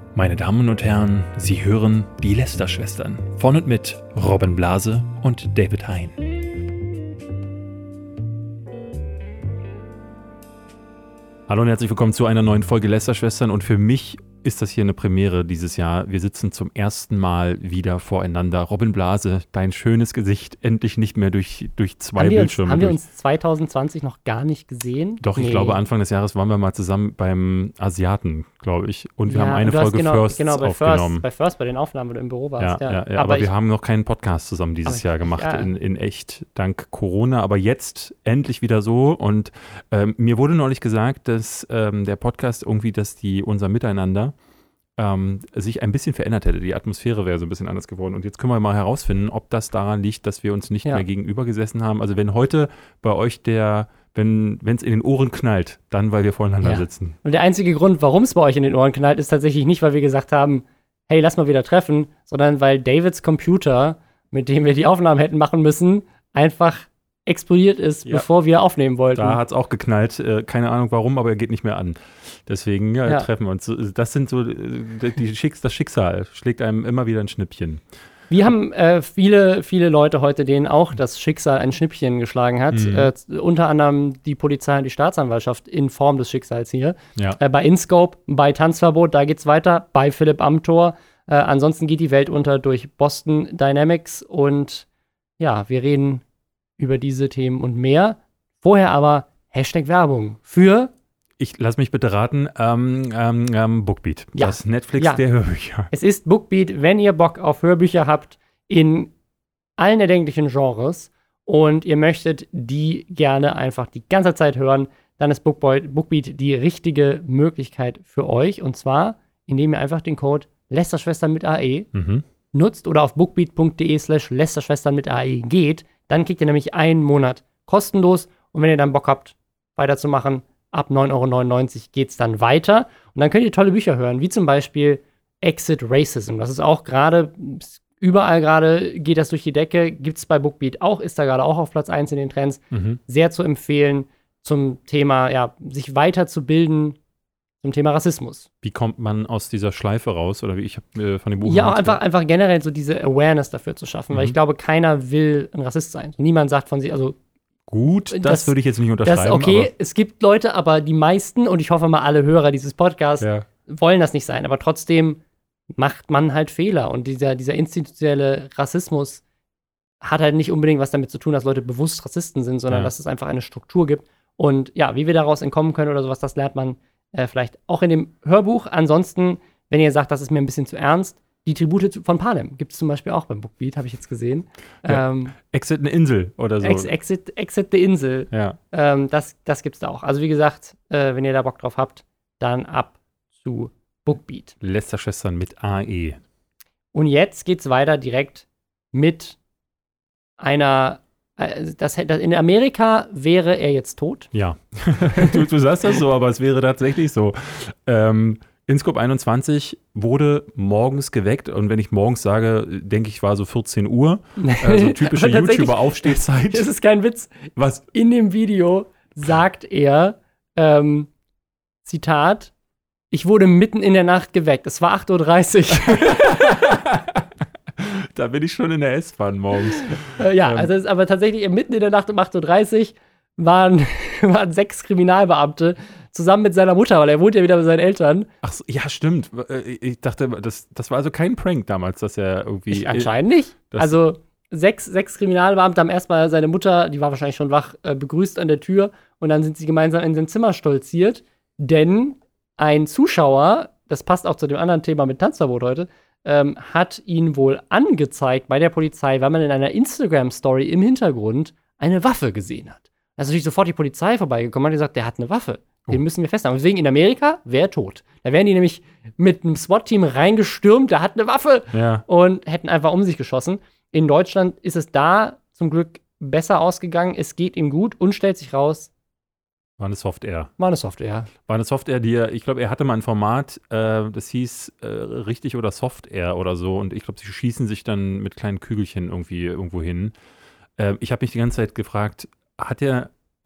Meine Damen und Herren, Sie hören die Lästerschwestern von und mit Robin Blase und David Hein. Hallo und herzlich willkommen zu einer neuen Folge Lästerschwestern und für mich ist das hier eine Premiere dieses Jahr. Wir sitzen zum ersten Mal wieder voreinander. Robin Blase, dein schönes Gesicht, endlich nicht mehr durch zwei Bildschirme. Haben wir uns 2020 noch gar nicht gesehen? Doch, ich glaube, Anfang des Jahres waren wir mal zusammen beim Asiaten, glaube ich. Und wir haben eine Folge First aufgenommen. Bei den Aufnahmen, wo du im Büro warst. Ja, aber wir haben noch keinen Podcast zusammen dieses Jahr gemacht, in echt, dank Corona. Aber jetzt endlich wieder so. Und mir wurde neulich gesagt, dass der Podcast irgendwie, unser Miteinander sich ein bisschen verändert hätte. Die Atmosphäre wäre so ein bisschen anders geworden. Und jetzt können wir mal herausfinden, ob das daran liegt, dass wir uns nicht mehr gegenüber gesessen haben. Also wenn heute bei euch wenn es in den Ohren knallt, dann weil wir voreinander sitzen. Und der einzige Grund, warum es bei euch in den Ohren knallt, ist tatsächlich nicht, weil wir gesagt haben, hey, lass mal wieder treffen, sondern weil Davids Computer, mit dem wir die Aufnahmen hätten machen müssen, einfach explodiert ist, bevor wir aufnehmen wollten. Da hat es auch geknallt. Keine Ahnung warum, aber er geht nicht mehr an. Deswegen treffen wir uns. Das sind so das Schicksal schlägt einem immer wieder ein Schnippchen. Wir haben viele Leute heute, denen auch das Schicksal ein Schnippchen geschlagen hat. Unter anderem die Polizei und die Staatsanwaltschaft in Form des Schicksals hier. Ja. Bei InScope, bei Tanzverbot, da geht's weiter. Bei Philipp Amthor. Ansonsten geht die Welt unter durch Boston Dynamics. Und ja, wir reden über diese Themen und mehr. Vorher aber #Werbung für lass mich bitte raten, Bookbeat, das Netflix der Hörbücher. Es ist Bookbeat, wenn ihr Bock auf Hörbücher habt in allen erdenklichen Genres und ihr möchtet die gerne einfach die ganze Zeit hören, dann ist Bookbeat die richtige Möglichkeit für euch. Und zwar, indem ihr einfach den Code Lästerschwestern mit AE nutzt oder auf bookbeat.de/Lästerschwestern mit AE geht. Dann kriegt ihr nämlich einen Monat kostenlos. Und wenn ihr dann Bock habt, weiterzumachen, ab 9,99 € geht's dann weiter. Und dann könnt ihr tolle Bücher hören, wie zum Beispiel Exit Racism. Das ist auch überall gerade geht das durch die Decke. Gibt's bei Bookbeat auch, ist da gerade auch auf Platz 1 in den Trends. Sehr zu empfehlen zum Thema, sich weiterzubilden zum Thema Rassismus. Wie kommt man aus dieser Schleife raus? Oder wie ich habe von dem Buch einfach generell so diese Awareness dafür zu schaffen. Weil ich glaube, keiner will ein Rassist sein. Niemand sagt von sich, also gut, das würde ich jetzt nicht unterschreiben. Das ist okay, aber es gibt Leute, aber die meisten, und ich hoffe mal alle Hörer dieses Podcasts, wollen das nicht sein. Aber trotzdem macht man halt Fehler. Und dieser institutionelle Rassismus hat halt nicht unbedingt was damit zu tun, dass Leute bewusst Rassisten sind, sondern dass es einfach eine Struktur gibt. Und wie wir daraus entkommen können oder sowas, das lernt man vielleicht auch in dem Hörbuch. Ansonsten, wenn ihr sagt, das ist mir ein bisschen zu ernst, die Tribute von Panem gibt es zum Beispiel auch beim Bookbeat, habe ich jetzt gesehen. Exit eine Insel oder so. Exit the Insel. Ja. Das gibt's da auch. Also wie gesagt, wenn ihr da Bock drauf habt, dann ab zu Bookbeat. Lästerschwestern mit AE. Und jetzt geht's weiter direkt mit einer in Amerika wäre er jetzt tot. Ja, du sagst das so, aber es wäre tatsächlich so. InScope 21 wurde morgens geweckt und wenn ich morgens sage, denke ich, war so 14 Uhr. Also typische YouTuber-Aufstehzeit. Das ist kein Witz. Was? In dem Video sagt er, Zitat, ich wurde mitten in der Nacht geweckt. Es war 8:30 Uhr. Da bin ich schon in der S-Bahn morgens. Also es ist aber tatsächlich mitten in der Nacht um 8:30 Uhr waren 6 Kriminalbeamte zusammen mit seiner Mutter, weil er wohnt ja wieder bei seinen Eltern. Ach so, ja, stimmt. Ich dachte, das war also kein Prank damals, dass er irgendwie anscheinend nicht. Also 6 Kriminalbeamte haben erstmal seine Mutter, die war wahrscheinlich schon wach, begrüßt an der Tür und dann sind sie gemeinsam in sein Zimmer stolziert, denn ein Zuschauer, das passt auch zu dem anderen Thema mit Tanzverbot heute, hat ihn wohl angezeigt bei der Polizei, weil man in einer Instagram-Story im Hintergrund eine Waffe gesehen hat. Da ist natürlich sofort die Polizei vorbeigekommen und hat gesagt, der hat eine Waffe. Den müssen wir festnehmen. Deswegen in Amerika wäre er tot. Da wären die nämlich mit einem SWAT-Team reingestürmt, der hat eine Waffe und hätten einfach um sich geschossen. In Deutschland ist es da zum Glück besser ausgegangen. Es geht ihm gut und stellt sich raus, war eine Software. War eine Software, die ich glaube, er hatte mal ein Format, das hieß richtig oder Software oder so. Und ich glaube, sie schießen sich dann mit kleinen Kügelchen irgendwo hin. Ich habe mich die ganze Zeit gefragt, hat er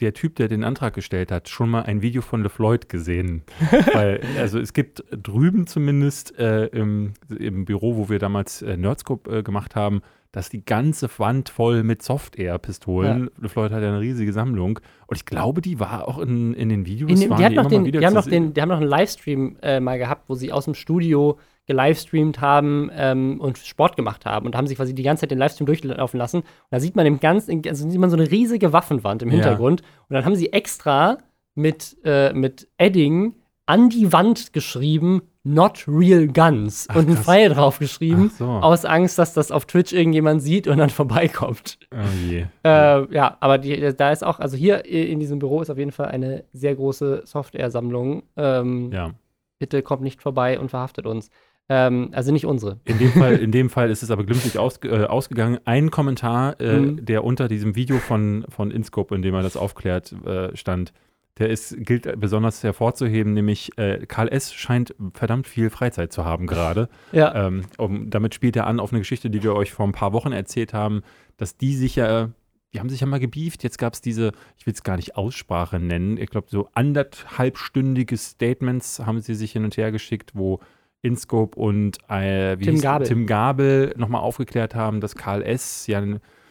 der Typ, der den Antrag gestellt hat, schon mal ein Video von LeFloid gesehen? Weil, also es gibt drüben zumindest im Büro, wo wir damals Nerdscope gemacht haben, dass die ganze Wand voll mit Soft-Air-Pistolen. Ja. LeFloid hat ja eine riesige Sammlung. Und ich glaube, die war auch in den Videos. Die haben noch einen Livestream mal gehabt, wo sie aus dem Studio gelivestreamt haben und Sport gemacht haben und haben sich quasi die ganze Zeit den Livestream durchlaufen lassen. Und da sieht man sieht man so eine riesige Waffenwand im Hintergrund. Und dann haben sie extra mit Edding an die Wand geschrieben, Not Real Guns, und ein Pfeil drauf geschrieben, aus Angst, dass das auf Twitch irgendjemand sieht und dann vorbeikommt. Oh je. Ja, aber da ist auch, also hier in diesem Büro ist auf jeden Fall eine sehr große Software-Sammlung. Bitte kommt nicht vorbei und verhaftet uns. Also nicht unsere. In dem Fall ist es aber glimpflich ausgegangen. Ein Kommentar, der unter diesem Video von InScope, in dem er das aufklärt, stand, gilt besonders hervorzuheben, nämlich Karl S. scheint verdammt viel Freizeit zu haben gerade. Ja. Damit spielt er an auf eine Geschichte, die wir euch vor ein paar Wochen erzählt haben, dass die haben sich ja mal gebieft. Jetzt gab es ich will es gar nicht Aussprache nennen, ich glaube so 1,5-stündige Statements haben sie sich hin und her geschickt, wo InScope und Tim Gabel nochmal aufgeklärt haben, dass Karl S. ja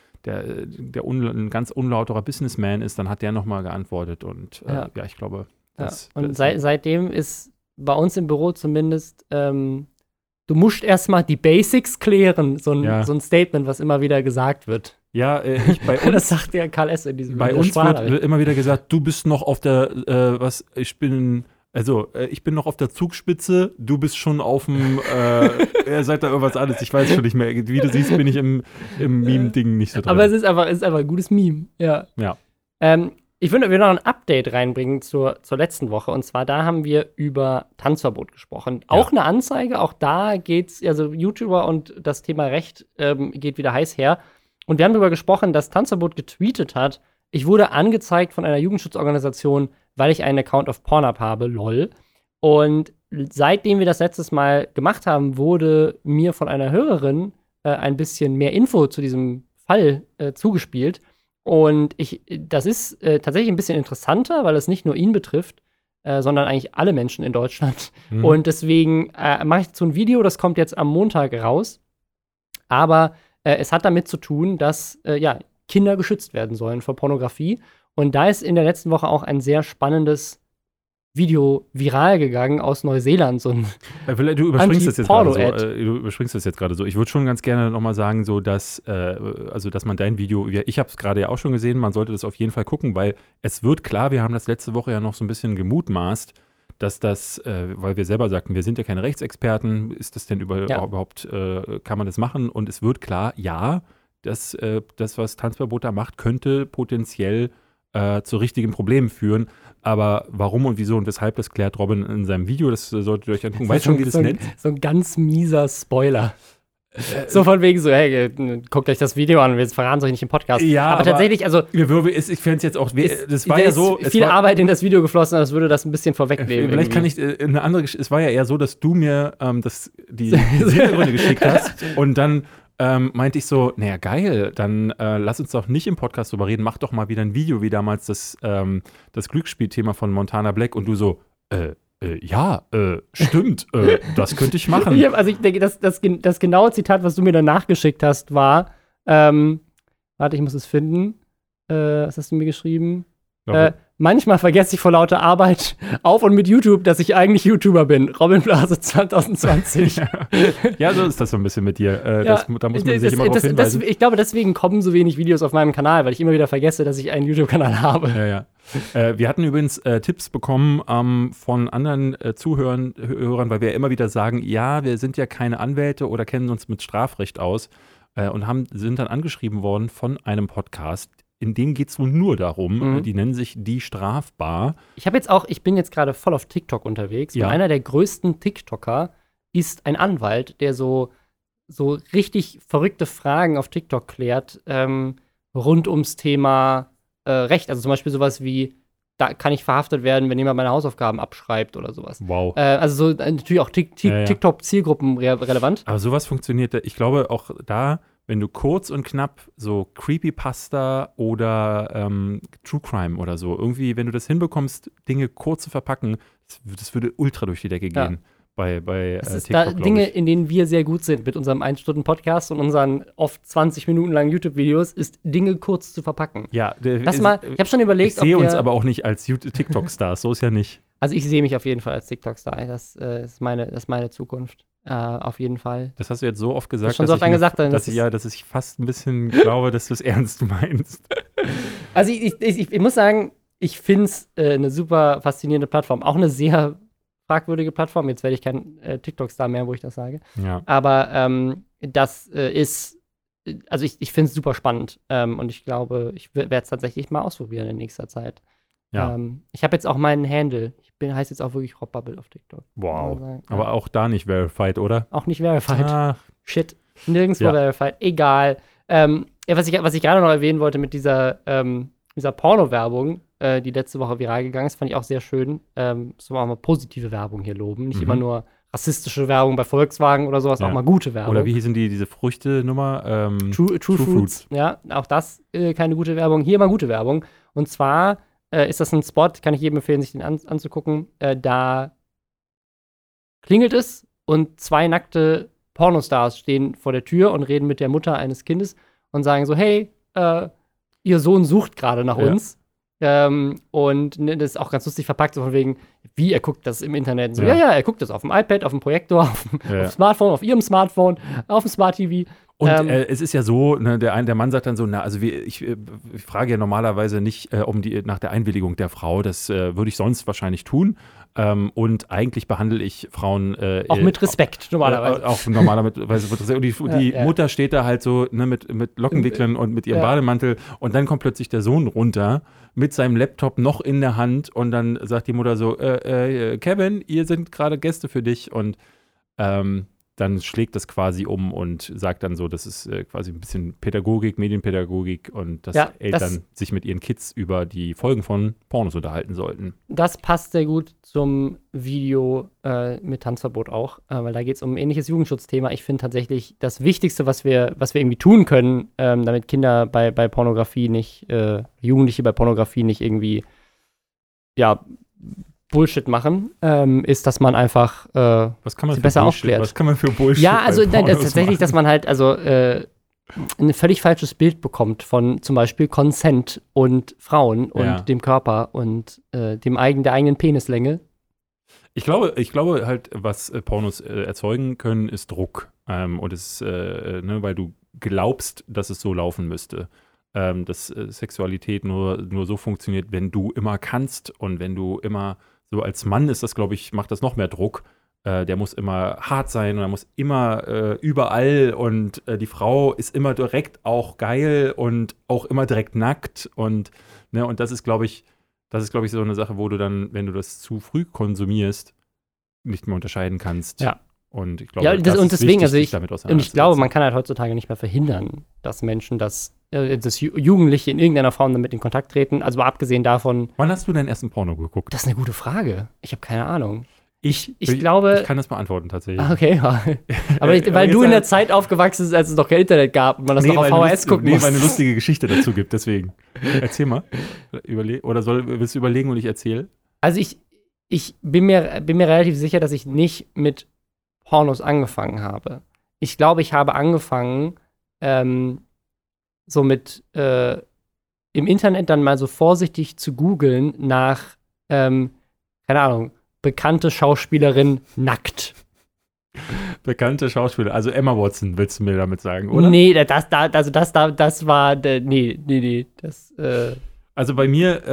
ein ganz unlauterer Businessman ist. Dann hat der nochmal geantwortet und ich glaube, seitdem ist bei uns im Büro zumindest du musst erstmal die Basics klären, so ein Statement, was immer wieder gesagt wird. Ja, bei uns, das sagt ja Karl S. in diesem Bei uns wird immer wieder gesagt, du bist noch auf der, ich bin noch auf der Zugspitze, du bist schon auf dem, seid da irgendwas anderes, ich weiß schon nicht mehr. Wie du siehst, bin ich im Meme-Ding nicht so drin. Aber es ist einfach ein gutes Meme, ja. Ich würde noch ein Update reinbringen zur letzten Woche. Und zwar, da haben wir über Tanzverbot gesprochen. Auch eine Anzeige, auch da geht's, also YouTuber und das Thema Recht geht wieder heiß her. Und wir haben darüber gesprochen, dass Tanzverbot getweetet hat, ich wurde angezeigt von einer Jugendschutzorganisation, weil ich einen Account auf Pornhub habe, lol. Und seitdem wir das letztes Mal gemacht haben, wurde mir von einer Hörerin ein bisschen mehr Info zu diesem Fall zugespielt. Und das ist tatsächlich ein bisschen interessanter, weil es nicht nur ihn betrifft, sondern eigentlich alle Menschen in Deutschland. Mhm. Und deswegen mache ich dazu ein Video, das kommt jetzt am Montag raus. Aber es hat damit zu tun, dass Kinder geschützt werden sollen vor Pornografie. Und da ist in der letzten Woche auch ein sehr spannendes Video viral gegangen aus Neuseeland. Du überspringst das jetzt gerade so. Ich würde schon ganz gerne nochmal sagen, so dass man dein Video, ich habe es gerade ja auch schon gesehen, man sollte das auf jeden Fall gucken, weil es wird klar, wir haben das letzte Woche ja noch so ein bisschen gemutmaßt, dass weil wir selber sagten, wir sind ja keine Rechtsexperten, ist das denn überhaupt, kann man das machen? Und es wird klar, dass das, was Tanzverbot da macht, könnte potenziell zu richtigen Problemen führen. Aber warum und wieso und weshalb, das klärt Robin in seinem Video. Das solltet ihr euch angucken. Weißt du schon, wie das nennt? So ein ganz mieser Spoiler. So von wegen so, hey, guckt euch das Video an, wir verraten es euch nicht im Podcast. Ja, aber tatsächlich, also ich fände es jetzt auch, das war ja so. Viel Arbeit in das Video geflossen, das würde das ein bisschen vorwegnehmen. Vielleicht kann ich eine andere Geschichte, es war ja eher so, dass du mir die Hintergründe geschickt hast und dann meinte ich so, naja, geil, dann lass uns doch nicht im Podcast drüber reden, mach doch mal wieder ein Video, wie damals das Glücksspielthema von Montana Black und du so, stimmt, das könnte ich machen. Ich denke, das genaue Zitat, was du mir danach geschickt hast, war, warte, ich muss es finden, was hast du mir geschrieben? Manchmal vergesse ich vor lauter Arbeit auf und mit YouTube, dass ich eigentlich YouTuber bin. Robin Blase 2020. Ja, so ist das so ein bisschen mit dir. Da muss man sich immer drauf hinweisen. Ich glaube, deswegen kommen so wenig Videos auf meinem Kanal, weil ich immer wieder vergesse, dass ich einen YouTube-Kanal habe. Ja. Wir hatten übrigens Tipps bekommen von anderen Zuhörern, weil wir ja immer wieder sagen, ja, wir sind ja keine Anwälte oder kennen uns mit Strafrecht aus und sind dann angeschrieben worden von einem Podcast. In dem geht es wohl nur darum, die nennen sich Die Strafbar. Ich bin jetzt gerade voll auf TikTok unterwegs. Ja. Und einer der größten TikToker ist ein Anwalt, der so richtig verrückte Fragen auf TikTok klärt, rund ums Thema Recht. Also zum Beispiel sowas wie, da kann ich verhaftet werden, wenn jemand meine Hausaufgaben abschreibt oder sowas. Wow. Also so natürlich auch TikTok-Zielgruppen relevant. Aber sowas funktioniert, ich glaube auch da wenn du kurz und knapp so Creepypasta oder True Crime oder so, irgendwie, wenn du das hinbekommst, Dinge kurz zu verpacken, das würde ultra durch die Decke gehen. Bei das TikTok, ist Dinge, in denen wir sehr gut sind mit unserem 1-Stunden-Podcast und unseren oft 20 Minuten langen YouTube-Videos, ist Dinge kurz zu verpacken. Ja, ich habe schon überlegt, ich sehe uns aber auch nicht als TikTok-Stars, so ist ja nicht. Also ich sehe mich auf jeden Fall als TikTok-Star. Das ist meine Zukunft. Auf jeden Fall. Das hast du jetzt so oft gesagt, dass ich fast ein bisschen glaube, dass du es ernst meinst. Also ich muss sagen, ich finde es eine super faszinierende Plattform. Auch eine sehr fragwürdige Plattform. Jetzt werde ich kein TikTok-Star mehr, wo ich das sage. Ja. Aber das ist, also ich finde es super spannend. Und ich glaube, ich werde es tatsächlich mal ausprobieren in nächster Zeit. Ja. Ich habe jetzt auch meinen Handle. Heißt jetzt auch wirklich Robbubble auf TikTok. Wow. Aber auch da nicht verified, oder? Auch nicht verified. Shit. Nirgendwo verified. Egal. Was ich gerade noch erwähnen wollte mit dieser Porno-Werbung, die letzte Woche viral gegangen ist, fand ich auch sehr schön. So auch mal positive Werbung hier loben. Nicht immer nur rassistische Werbung bei Volkswagen oder sowas, auch mal gute Werbung. Oder wie hießen diese Früchte-Nummer? True Fruits. Ja, auch das keine gute Werbung. Hier mal gute Werbung. Und zwar ist das ein Spot, kann ich jedem empfehlen, sich den anzugucken. Da klingelt es und 2 nackte Pornostars stehen vor der Tür und reden mit der Mutter eines Kindes und sagen so, hey, ihr Sohn sucht gerade nach uns. Und das ist auch ganz lustig verpackt, so von wegen, wie er guckt das im Internet. So, er guckt das auf dem iPad, auf dem Projektor, auf dem Smartphone, auf ihrem Smartphone, auf dem Smart TV. Und es ist ja so, ne, der Mann sagt dann so, ich frage ja normalerweise nicht nach der Einwilligung der Frau, das würde ich sonst wahrscheinlich tun. Und eigentlich behandle ich Frauen auch mit Respekt, normalerweise. Auch normalerweise wird Respekt. Und die Mutter steht da halt so mit Lockenwicklern und mit ihrem Bademantel und dann kommt plötzlich der Sohn runter mit seinem Laptop noch in der Hand und dann sagt die Mutter so, Kevin, hier sind gerade Gäste für dich und dann schlägt das quasi um und sagt dann so, das ist quasi ein bisschen Pädagogik, Medienpädagogik und dass Eltern sich mit ihren Kids über die Folgen von Pornos unterhalten sollten. Das passt sehr gut zum Video mit Tanzverbot auch, weil da geht es um ein ähnliches Jugendschutzthema. Ich finde tatsächlich das Wichtigste, was wir irgendwie tun können, damit Kinder bei Pornografie nicht, Jugendliche bei Pornografie nicht irgendwie, Bullshit machen, ist, dass man einfach sie besser aufklärt. Was kann man für Bullshit Ja, also tatsächlich, dass man halt ein völlig falsches Bild bekommt von zum Beispiel Consent und Frauen und dem Körper und der eigenen Penislänge. Ich glaube halt, was Pornos erzeugen können, ist Druck. Und es weil du glaubst, dass es so laufen müsste. Dass Sexualität nur so funktioniert, wenn du immer kannst und wenn du immer so als Mann ist das, glaube ich, macht das noch mehr Druck. Der muss immer hart sein und er muss immer überall und die Frau ist immer direkt auch geil und auch immer direkt nackt und das ist, glaube ich, so eine Sache, wo du dann, wenn du das zu früh konsumierst, nicht mehr unterscheiden kannst. Ja. Und ich glaube, ich glaube, man kann halt heutzutage nicht mehr verhindern, dass Menschen dass Jugendliche in irgendeiner Form damit in Kontakt treten. Also mal abgesehen davon. Wann hast du deinen ersten Porno geguckt? Das ist eine gute Frage. Ich habe keine Ahnung. Ich glaube. Ich kann das beantworten tatsächlich. Okay, aber weil du in der Zeit aufgewachsen bist, als es noch kein Internet gab und man das noch auf VHS gucken musste. Weil eine lustige Geschichte dazu gibt, deswegen. Erzähl mal. Willst du überlegen und ich erzähle? Also ich bin mir relativ sicher, dass ich nicht mit Pornos angefangen habe. Ich glaube, ich habe angefangen, so mit im Internet dann mal so vorsichtig zu googeln nach, keine Ahnung, bekannte Schauspielerin nackt. Bekannte Schauspieler, also Emma Watson, willst du mir damit sagen, oder? Nee, das war, nee, das, Also bei mir,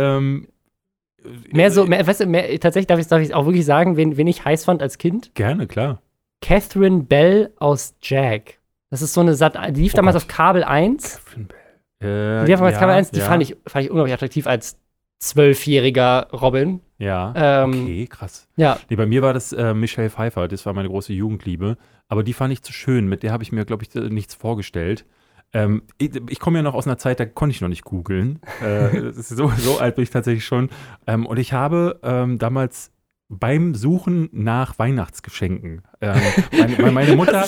tatsächlich darf ich auch wirklich sagen, wen ich heiß fand als Kind? Gerne, klar. Catherine Bell aus Jag. Das ist so eine die lief damals auf Kabel 1. Catherine Bell. Die lief damals auf Kabel 1, die fand ich unglaublich attraktiv als 12-jähriger Robin. Ja, okay, krass. Ja. Nee, bei mir war das Michelle Pfeiffer, das war meine große Jugendliebe. Aber die fand ich zu schön, mit der habe ich mir, glaube ich, nichts vorgestellt. Ich komme ja noch aus einer Zeit, da konnte ich noch nicht googeln. So alt bin ich tatsächlich schon. Und ich habe damals beim Suchen nach Weihnachtsgeschenken. Meine Mutter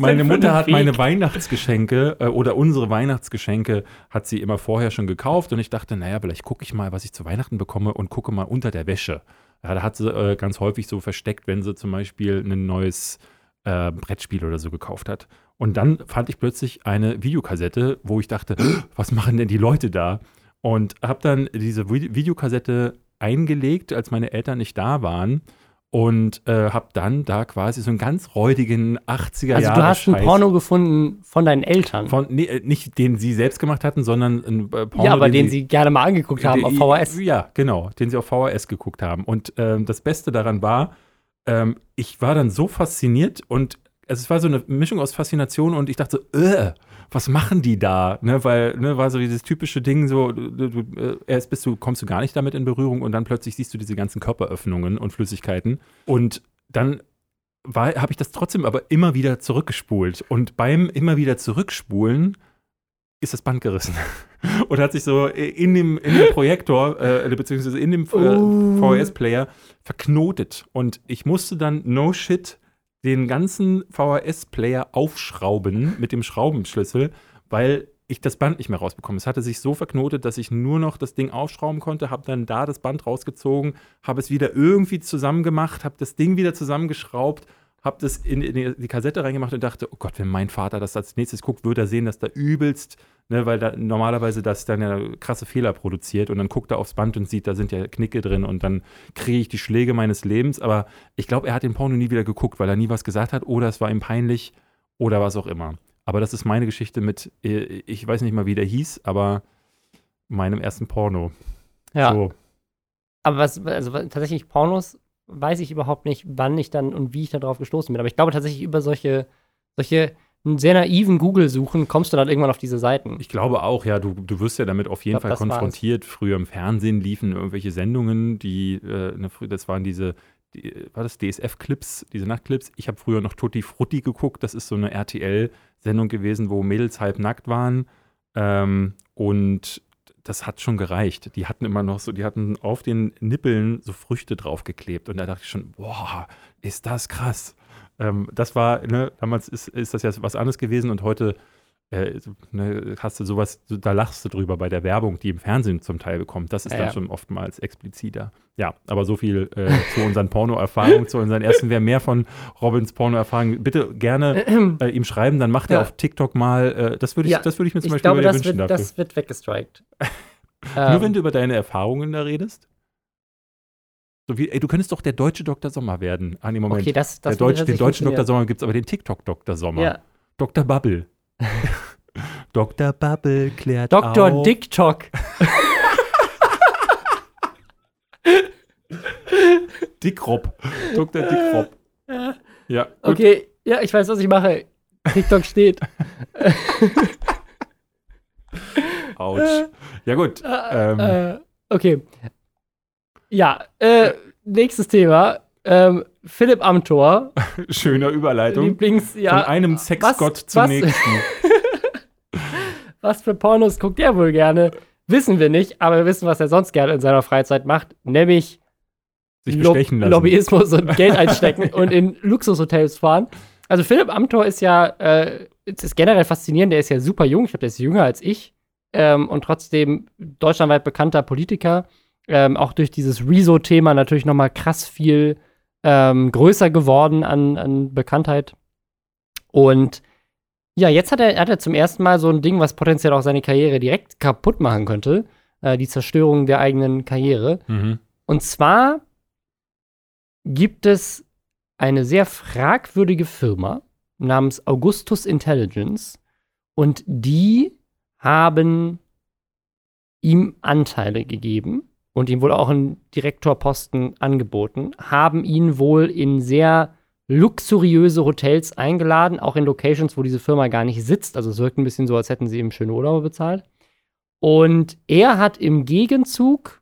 hat meine Weihnachtsgeschenke oder unsere Weihnachtsgeschenke hat sie immer vorher schon gekauft und ich dachte, naja, vielleicht gucke ich mal, was ich zu Weihnachten bekomme und gucke mal unter der Wäsche. Ja, da hat sie ganz häufig so versteckt, wenn sie zum Beispiel ein neues Brettspiel oder so gekauft hat. Und dann fand ich plötzlich eine Videokassette, wo ich dachte, was machen denn die Leute da? Und habe dann diese Videokassette eingelegt, als meine Eltern nicht da waren und habe dann da quasi so einen ganz räudigen 80er-Jahre-Scheiß. Also du hast ein Porno gefunden von deinen Eltern? Nicht den sie selbst gemacht hatten, sondern ein Porno, ja, aber den sie gerne mal angeguckt haben auf VHS. Ja, genau, den sie auf VHS geguckt haben. Und das Beste daran war, ich war dann so fasziniert und es war so eine Mischung aus Faszination und ich dachte so, was machen die da? Ne, weil, war so dieses typische Ding, so, erst kommst du gar nicht damit in Berührung und dann plötzlich siehst du diese ganzen Körperöffnungen und Flüssigkeiten. Und dann habe ich das trotzdem aber immer wieder zurückgespult. Und beim immer wieder zurückspulen ist das Band gerissen. Und hat sich so in dem Projektor, beziehungsweise in dem VHS-Player verknotet. Und ich musste dann, no shit, den ganzen VHS-Player aufschrauben mit dem Schraubenschlüssel, weil ich das Band nicht mehr rausbekomme. Es hatte sich so verknotet, dass ich nur noch das Ding aufschrauben konnte, habe dann da das Band rausgezogen, habe es wieder irgendwie zusammengemacht, habe das Ding wieder zusammengeschraubt, habe das in die Kassette reingemacht und dachte, oh Gott, wenn mein Vater das als nächstes guckt, würde er sehen, dass da übelst, weil da normalerweise das dann ja krasse Fehler produziert und dann guckt er aufs Band und sieht, da sind ja Knicke drin und dann kriege ich die Schläge meines Lebens. Aber ich glaube, er hat den Porno nie wieder geguckt, weil er nie was gesagt hat oder es war ihm peinlich oder was auch immer. Aber das ist meine Geschichte mit, ich weiß nicht mal, wie der hieß, aber meinem ersten Porno. Ja. So. Aber tatsächlich Pornos weiß ich überhaupt nicht, wann ich dann und wie ich da drauf gestoßen bin. Aber ich glaube tatsächlich über solche sehr naiven Google-Suchen kommst du dann irgendwann auf diese Seiten. Ich glaube auch, ja, du wirst ja damit auf jeden Fall konfrontiert. Früher im Fernsehen liefen irgendwelche Sendungen, das waren war das DSF-Clips, diese Nachtclips. Ich habe früher noch Tutti Frutti geguckt. Das ist so eine RTL-Sendung gewesen, wo Mädels halb nackt waren. Und das hat schon gereicht. Die hatten immer noch so, die hatten auf den Nippeln so Früchte draufgeklebt. Und da dachte ich schon, boah, ist das krass. Das war, damals ist das ja was anderes gewesen und heute hast du sowas, da lachst du drüber bei der Werbung, die im Fernsehen zum Teil bekommt. Das ist dann schon oftmals expliziter. Ja, aber so viel zu unseren Porno-Erfahrungen, zu unseren ersten. Wer mehr von Robins Porno-Erfahrungen, bitte gerne ihm schreiben, dann macht er auf TikTok mal, das würde ich mir zum Beispiel wünschen dafür. Das wird weggestrikt. Nur wenn du über deine Erfahrungen da redest? So wie, du könntest doch der deutsche Dr. Sommer werden. Nee, Moment. Okay, den deutschen Dr. Sommer gibt es, aber den TikTok-Dr. Sommer. Ja. Dr. Bubble. Dr. Bubble klärt Dr. auf. TikTok. Dickrob. Dr. Dickrob. Ja. Gut. Okay, ja, ich weiß, was ich mache. TikTok steht. Autsch. Ja, gut. Okay. Ja, nächstes Thema. Philipp Amthor. Schöner Überleitung. Von einem Sexgott zum nächsten. Was für Pornos guckt er wohl gerne? Wissen wir nicht, aber wir wissen, was er sonst gerne in seiner Freizeit macht, nämlich sich bestechen lassen. Lobbyismus und Geld einstecken und in Luxushotels fahren. Also Philipp Amthor ist ja, ist generell faszinierend, der ist ja super jung, ich glaube, der ist jünger als ich und trotzdem deutschlandweit bekannter Politiker. Auch durch dieses Rezo-Thema natürlich noch mal krass viel größer geworden an Bekanntheit. Und ja, jetzt hat er zum ersten Mal so ein Ding, was potenziell auch seine Karriere direkt kaputt machen könnte. Die Zerstörung der eigenen Karriere. Mhm. Und zwar gibt es eine sehr fragwürdige Firma namens Augustus Intelligence. Und die haben ihm Anteile gegeben und ihm wohl auch einen Direktorposten angeboten, haben ihn wohl in sehr luxuriöse Hotels eingeladen, auch in Locations, wo diese Firma gar nicht sitzt. Also es wirkt ein bisschen so, als hätten sie ihm schöne Urlaube bezahlt. Und er hat im Gegenzug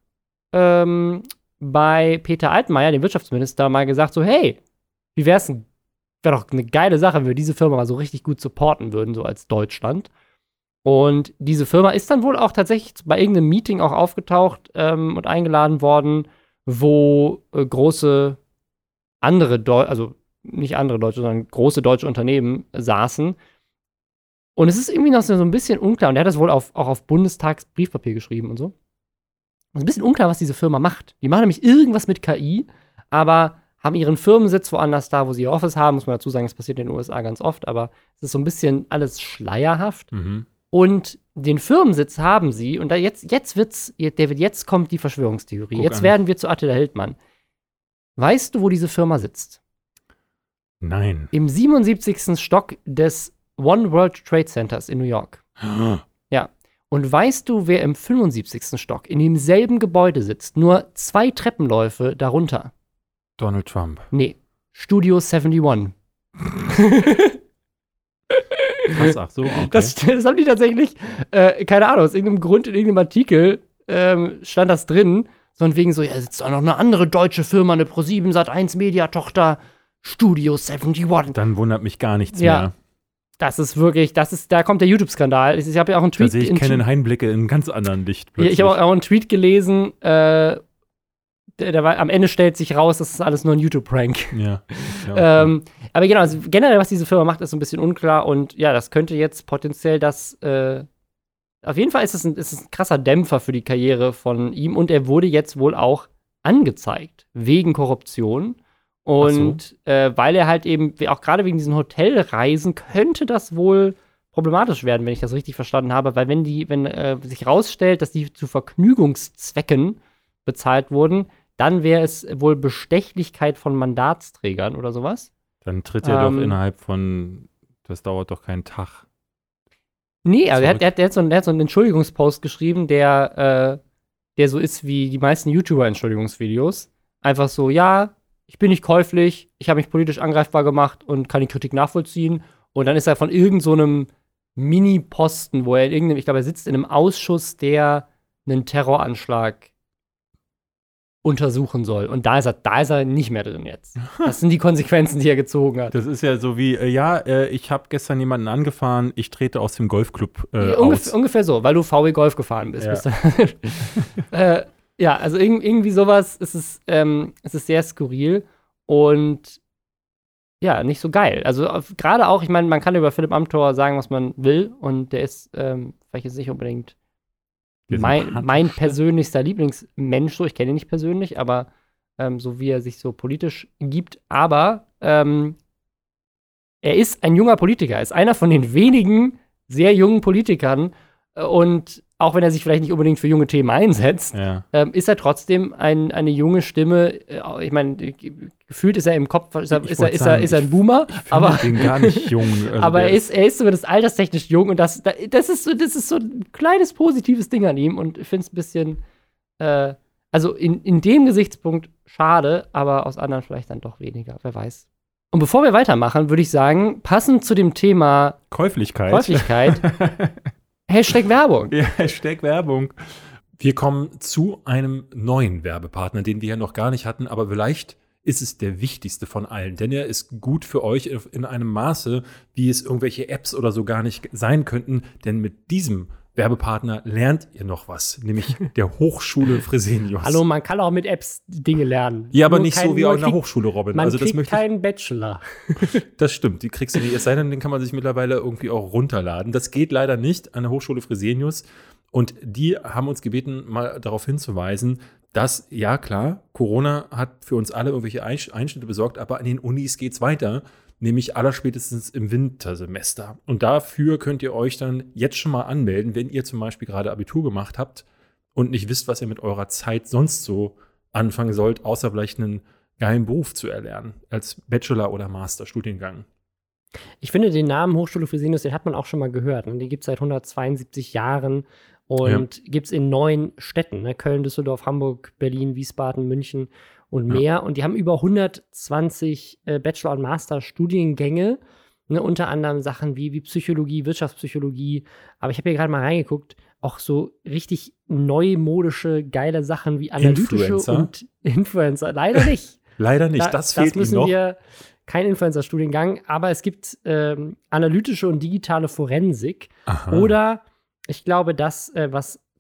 bei Peter Altmaier, dem Wirtschaftsminister, mal gesagt so, hey, wie wär's denn? Wäre doch eine geile Sache, wenn wir diese Firma mal so richtig gut supporten würden, so als Deutschland. Und diese Firma ist dann wohl auch tatsächlich bei irgendeinem Meeting auch aufgetaucht und eingeladen worden, wo große nicht andere deutsche, sondern große deutsche Unternehmen saßen. Und es ist irgendwie noch so ein bisschen unklar. Und er hat das wohl auch auf Bundestagsbriefpapier geschrieben und so. Es ist ein bisschen unklar, was diese Firma macht. Die machen nämlich irgendwas mit KI, aber haben ihren Firmensitz woanders da, wo sie ihr Office haben. Muss man dazu sagen, das passiert in den USA ganz oft, aber es ist so ein bisschen alles schleierhaft. Mhm. Und den Firmensitz haben sie, und jetzt kommt die Verschwörungstheorie. Guck jetzt an. werden wir zu Attila Hildmann. Weißt du, wo diese Firma sitzt? Nein. Im 77. Stock des One World Trade Centers in New York. Ja. Und weißt du, wer im 75. Stock in demselben Gebäude sitzt? Nur 2 Treppenläufe darunter. Donald Trump. Nee, Studio 71. Was? Ach so, okay. Das haben die tatsächlich, keine Ahnung, aus irgendeinem Grund in irgendeinem Artikel stand das drin. So von wegen so, ja, sitzt auch noch eine andere deutsche Firma, eine Pro7 Sat1 Media-Tochter, Studio 71. Dann wundert mich gar nichts Ja. mehr. Das ist wirklich, da kommt der YouTube-Skandal. Ich habe ja auch einen Tweet. Da sehe ich keine Einblicke in einem ganz anderen Licht. Ich habe auch einen Tweet gelesen, am Ende stellt sich raus, das ist alles nur ein YouTube-Prank. Ja. Okay. Aber genau, also generell, was diese Firma macht, ist so ein bisschen unklar. Und ja, das könnte jetzt potenziell auf jeden Fall ist es ein krasser Dämpfer für die Karriere von ihm. Und er wurde jetzt wohl auch angezeigt wegen Korruption. Und weil er halt eben, auch gerade wegen diesen Hotelreisen, könnte das wohl problematisch werden, wenn ich das richtig verstanden habe. Weil wenn sich rausstellt, dass die zu Vergnügungszwecken bezahlt wurden, dann wäre es wohl Bestechlichkeit von Mandatsträgern oder sowas. Dann tritt er doch innerhalb von, das dauert doch keinen Tag. Nee, also er hat so einen Entschuldigungspost geschrieben, der so ist wie die meisten YouTuber-Entschuldigungsvideos. Einfach so, ja, ich bin nicht käuflich, ich habe mich politisch angreifbar gemacht und kann die Kritik nachvollziehen. Und dann ist er von irgendeinem Mini-Posten, wo ich glaube, er sitzt in einem Ausschuss, der einen Terroranschlag untersuchen soll. Und da ist er nicht mehr drin jetzt. Das sind die Konsequenzen, die er gezogen hat. Das ist ja so wie, ich habe gestern jemanden angefahren, ich trete aus dem Golfclub aus. Ungefähr so, weil du VW Golf gefahren bist. Ja. Ja, also irgendwie sowas, es ist sehr skurril und ja, nicht so geil. Also gerade auch, ich meine, man kann über Philipp Amthor sagen, was man will und der ist vielleicht jetzt nicht unbedingt mein persönlichster Lieblingsmensch, so, ich kenne ihn nicht persönlich, aber so wie er sich so politisch gibt, aber er ist ein junger Politiker, er ist einer von den wenigen sehr jungen Politikern und auch wenn er sich vielleicht nicht unbedingt für junge Themen einsetzt, ist er trotzdem eine junge Stimme. Ich meine, gefühlt ist er im Kopf, ist er ein Boomer, aber den gar nicht jung. Also aber er ist zumindest alterstechnisch jung und das ist so ein kleines positives Ding an ihm und ich finde es ein bisschen, also in dem Gesichtspunkt schade, aber aus anderen vielleicht dann doch weniger, wer weiß. Und bevor wir weitermachen, würde ich sagen, passend zu dem Thema Käuflichkeit. Hashtag Werbung. Ja, Hashtag Werbung. Wir kommen zu einem neuen Werbepartner, den wir ja noch gar nicht hatten, aber vielleicht ist es der wichtigste von allen, denn er ist gut für euch in einem Maße, wie es irgendwelche Apps oder so gar nicht sein könnten, denn mit diesem Werbepartner lernt ihr noch was, nämlich der Hochschule Fresenius. Hallo, man kann auch mit Apps Dinge lernen. Ja, aber nicht so wie an der Hochschule, Robin. Man kriegt keinen Bachelor. Das stimmt, die kriegst du nicht. Es sei denn, den kann man sich mittlerweile irgendwie auch runterladen. Das geht leider nicht an der Hochschule Fresenius. Und die haben uns gebeten, mal darauf hinzuweisen, dass, ja klar, Corona hat für uns alle irgendwelche Einschnitte besorgt, aber an den Unis geht's weiter. Nämlich allerspätestens im Wintersemester. Und dafür könnt ihr euch dann jetzt schon mal anmelden, wenn ihr zum Beispiel gerade Abitur gemacht habt und nicht wisst, was ihr mit eurer Zeit sonst so anfangen sollt, außer vielleicht einen geilen Beruf zu erlernen, als Bachelor- oder Masterstudiengang. Ich finde den Namen Hochschule Fresenius, den hat man auch schon mal gehört. Und den gibt es seit 172 Jahren und gibt es in 9 Städten. Ne? Köln, Düsseldorf, Hamburg, Berlin, Wiesbaden, München und mehr. Ja. Und die haben über 120 Bachelor- und Master-Studiengänge. Ne? Unter anderem Sachen wie Psychologie, Wirtschaftspsychologie. Aber ich habe hier gerade mal reingeguckt, auch so richtig neumodische, geile Sachen wie analytische und Influencer. Leider nicht. Leider nicht, das fehlt ihm noch. Kein Influencer-Studiengang, aber es gibt analytische und digitale Forensik. Aha. Oder ich glaube, das, was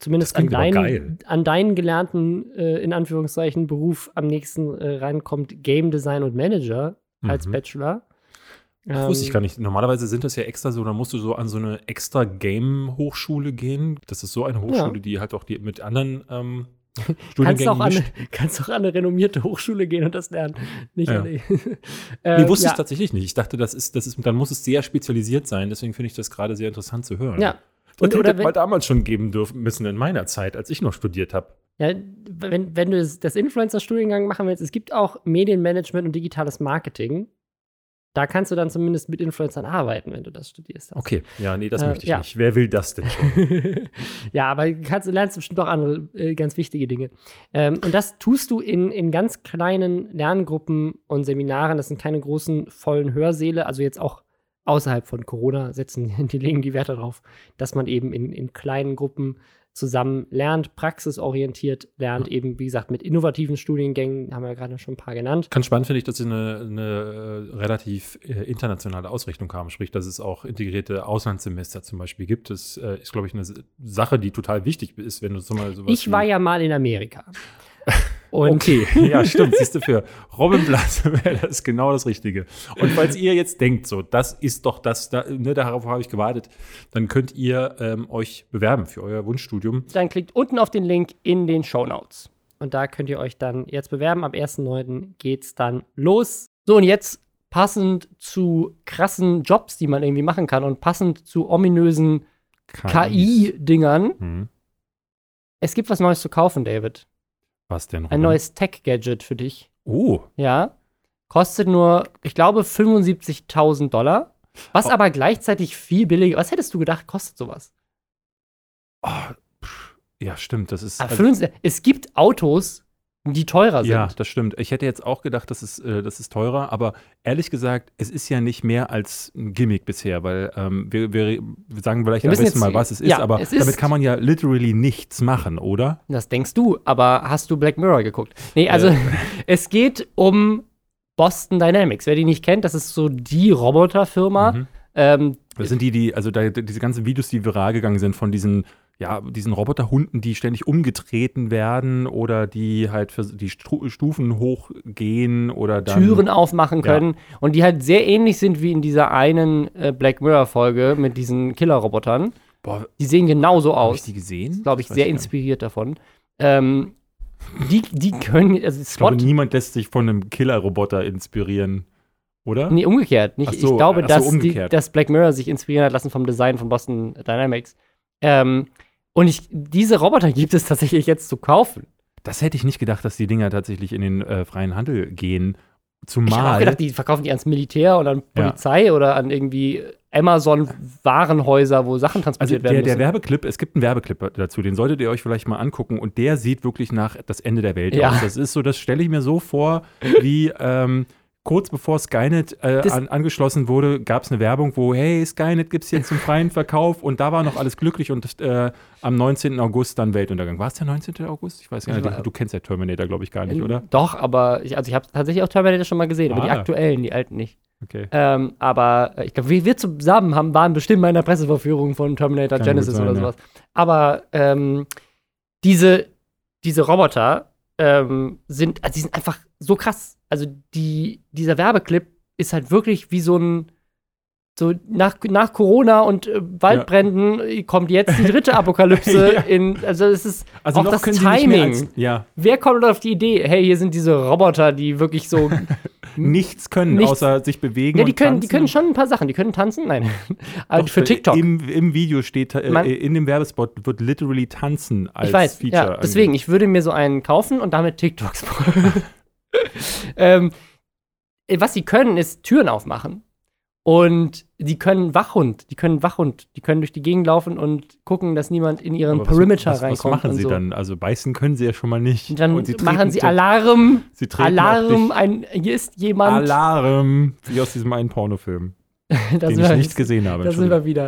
zumindest an deinen gelernten, in Anführungszeichen, Beruf am nächsten reinkommt, Game Design und Manager als Bachelor. Das wusste ich gar nicht. Normalerweise sind das ja extra so, da musst du so an so eine extra Game-Hochschule gehen. Das ist so eine Hochschule, die halt auch mit anderen Studiengängen kannst auch an eine renommierte Hochschule gehen und das lernen. Ich wusste es tatsächlich nicht. Ich dachte, dann muss es sehr spezialisiert sein. Deswegen finde ich das gerade sehr interessant zu hören. Ja. Und hätte mal damals schon geben müssen in meiner Zeit, als ich noch studiert habe. Ja, wenn du das Influencer-Studiengang machen willst, es gibt auch Medienmanagement und digitales Marketing. Da kannst du dann zumindest mit Influencern arbeiten, wenn du das studierst. Okay, ja, nee, das möchte ich nicht. Wer will das denn schon? Ja, aber du lernst bestimmt auch andere ganz wichtige Dinge. Und das tust du in ganz kleinen Lerngruppen und Seminaren. Das sind keine großen, vollen Hörsäle. Also jetzt auch außerhalb von Corona legen die Wert darauf, dass man eben in kleinen Gruppen zusammen lernt, praxisorientiert lernt, eben, wie gesagt, mit innovativen Studiengängen, haben wir ja gerade schon ein paar genannt. Ganz spannend finde ich, dass sie eine relativ internationale Ausrichtung haben, sprich, dass es auch integrierte Auslandssemester zum Beispiel gibt. Das ist, glaube ich, eine Sache, die total wichtig ist, wenn du so mal sowas Ich war ja mal in Amerika. Okay, ja, stimmt. Siehst du, für Robin Blass wäre das genau das Richtige. Und falls ihr jetzt denkt, so, das ist doch das, darauf habe ich gewartet, dann könnt ihr euch bewerben für euer Wunschstudium. Dann klickt unten auf den Link in den Shownotes. Und da könnt ihr euch dann jetzt bewerben. Am 1.9. geht's dann los. So, und jetzt passend zu krassen Jobs, die man irgendwie machen kann und passend zu ominösen KI-Dingern. Es gibt was Neues zu kaufen, David. Was denn, Robin? Ein neues Tech-Gadget für dich. Oh. Ja. Kostet nur, ich glaube, $75.000. Was aber gleichzeitig viel billiger. Was hättest du gedacht, kostet sowas? Oh, ja, stimmt. Das ist. Es gibt Autos, die teurer sind. Ja, das stimmt. Ich hätte jetzt auch gedacht, das ist teurer, aber ehrlich gesagt, es ist ja nicht mehr als ein Gimmick bisher, weil wir sagen vielleicht am besten mal, was es ist, aber damit kann man ja literally nichts machen, oder? Das denkst du, aber hast du Black Mirror geguckt? Nee, also es geht um Boston Dynamics. Wer die nicht kennt, das ist so die Roboterfirma. Das sind diese ganzen Videos, die viral gegangen sind von diesen Roboterhunden, die ständig umgetreten werden oder die halt für die Stufen hochgehen oder dann Türen aufmachen können und die halt sehr ähnlich sind wie in dieser einen Black Mirror-Folge mit diesen Killer-Robotern. Boah, die sehen genauso aus. Hab ich die gesehen? Glaube ich, sehr inspiriert davon. Die können, also ich glaube, niemand lässt sich von einem Killer-Roboter inspirieren. Oder? Nee, umgekehrt. Nicht, so, ich glaube, dass Black Mirror sich inspirieren hat lassen vom Design von Boston Dynamics. Und diese Roboter gibt es tatsächlich jetzt zu kaufen. Das hätte ich nicht gedacht, dass die Dinger tatsächlich in den freien Handel gehen. Zumal. Ich habe auch gedacht, die verkaufen die ans Militär oder an Polizei oder an irgendwie Amazon-Warenhäuser, wo Sachen transportiert werden müssen. Der Werbeclip, es gibt einen Werbeclip dazu, den solltet ihr euch vielleicht mal angucken und der sieht wirklich nach das Ende der Welt aus. Das ist so, das stelle ich mir so vor, wie kurz bevor Skynet angeschlossen wurde, gab es eine Werbung, wo, hey, Skynet gibt es jetzt zum freien Verkauf und da war noch alles glücklich und am 19. August dann Weltuntergang. War es der 19. August? Ich weiß gar nicht. Du kennst ja Terminator, glaube ich, gar nicht, oder? Doch, aber ich habe tatsächlich auch Terminator schon mal gesehen, aber die aktuellen, die alten nicht. Okay. Aber ich glaube, wir zusammen waren bestimmt mal in der Pressevorführung von Terminator Genesis oder sowas. Aber diese Roboter die sind einfach so krass. Also dieser Werbeclip ist halt wirklich wie so nach Corona und Waldbränden kommt jetzt die dritte Apokalypse also es ist auch das Timing. Wer kommt auf die Idee, hey, hier sind diese Roboter, die wirklich so nichts können, außer sich bewegen und tanzen? Die können schon ein paar Sachen. Die können tanzen, nein. Also für TikTok. Im Video steht, in dem Werbespot wird literally tanzen als Feature. Ja, deswegen, ich würde mir so einen kaufen und damit TikToks was sie können, ist Türen aufmachen. Und die können Wachhund, die können durch die Gegend laufen und gucken, dass niemand in ihren Perimeter reinkommt. Was machen sie dann? Also beißen können sie ja schon mal nicht. Und dann machen sie Alarm. Hier ist jemand. Alarm, wie aus diesem einen Pornofilm, den ich nicht gesehen habe. Da sind wir wieder.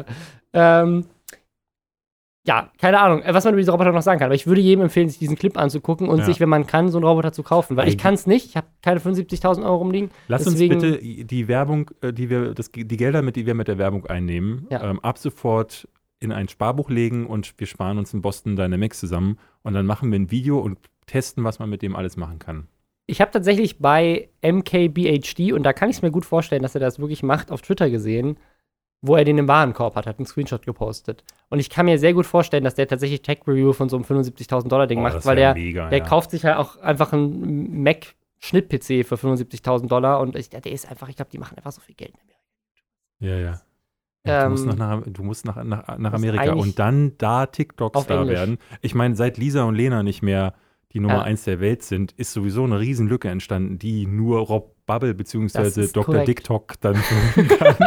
Ja, keine Ahnung, was man über diese Roboter noch sagen kann. Aber ich würde jedem empfehlen, sich diesen Clip anzugucken und sich, wenn man kann, so einen Roboter zu kaufen. Weil ich kann es nicht. Ich habe keine 75.000 Euro rumliegen. Lass uns bitte die Werbung, die Gelder, die wir mit der Werbung einnehmen, ab sofort in ein Sparbuch legen und wir sparen uns einen Boston Dynamics zusammen und dann machen wir ein Video und testen, was man mit dem alles machen kann. Ich habe tatsächlich bei MKBHD, und da kann ich es mir gut vorstellen, dass er das wirklich macht, auf Twitter gesehen, wo er den im Warenkorb hat einen Screenshot gepostet. Und ich kann mir sehr gut vorstellen, dass der tatsächlich Tech-Review von so einem $75.000-Ding macht, weil der kauft sich halt auch einfach einen Mac-Schnitt-PC für $75.000 und der ist einfach, ich glaube, die machen einfach so viel Geld in Amerika. Ja. Du musst nach Amerika und dann da TikTok-Star werden. Ich meine, seit Lisa und Lena nicht mehr die Nummer 1 der Welt sind, ist sowieso eine Riesenlücke entstanden, die nur Rob Bubble bzw. Dr. TikTok dann füllen kann.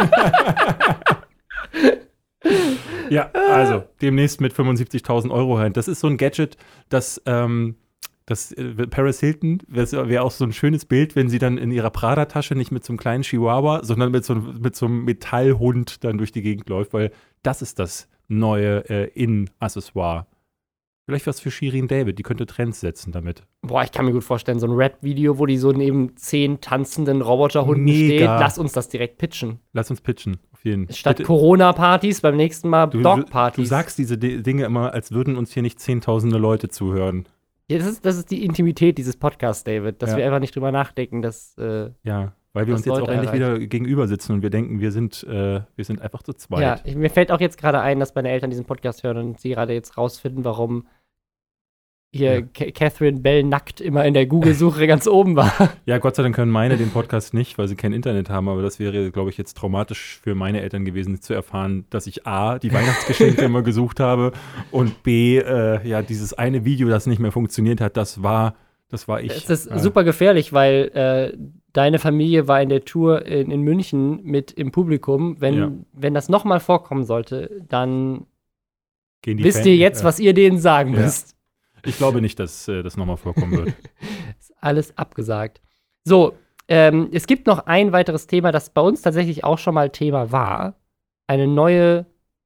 Ja, also demnächst mit 75.000 Euro rein. Das ist so ein Gadget, das Paris Hilton wäre auch so ein schönes Bild, wenn sie dann in ihrer Prada-Tasche nicht mit so einem kleinen Chihuahua, sondern mit so einem Metallhund dann durch die Gegend läuft, weil das ist das neue In-Accessoire. Vielleicht was für Shirin David, die könnte Trends setzen damit. Boah, ich kann mir gut vorstellen, so ein Rap-Video, wo die so neben 10 tanzenden Roboterhunden steht. Lass uns das direkt pitchen. Lass uns pitchen, auf jeden Fall. Statt Corona-Partys, beim nächsten Mal Dog-Partys. Du sagst diese Dinge immer, als würden uns hier nicht zehntausende Leute zuhören. Ja, das ist die Intimität dieses Podcasts, David, dass wir einfach nicht drüber nachdenken, dass weil wir uns jetzt auch endlich wieder gegenüber sitzen und wir denken, wir sind einfach zu zweit. Ja, mir fällt auch jetzt gerade ein, dass meine Eltern diesen Podcast hören und sie gerade jetzt rausfinden, warum hier Catherine Bell nackt immer in der Google-Suche ganz oben war. Ja, Gott sei Dank können meine den Podcast nicht, weil sie kein Internet haben, aber das wäre, glaube ich, jetzt traumatisch für meine Eltern gewesen, zu erfahren, dass ich A, die Weihnachtsgeschenke immer gesucht habe und B, dieses eine Video, das nicht mehr funktioniert hat, das war ich. Es ist super gefährlich, weil deine Familie war in der Tour in München mit im Publikum. Wenn das nochmal vorkommen sollte, dann wisst ihr jetzt, was ihr denen sagen müsst. Ich glaube nicht, dass das nochmal vorkommen wird. Ist alles abgesagt. So, es gibt noch ein weiteres Thema, das bei uns tatsächlich auch schon mal Thema war. Eine neue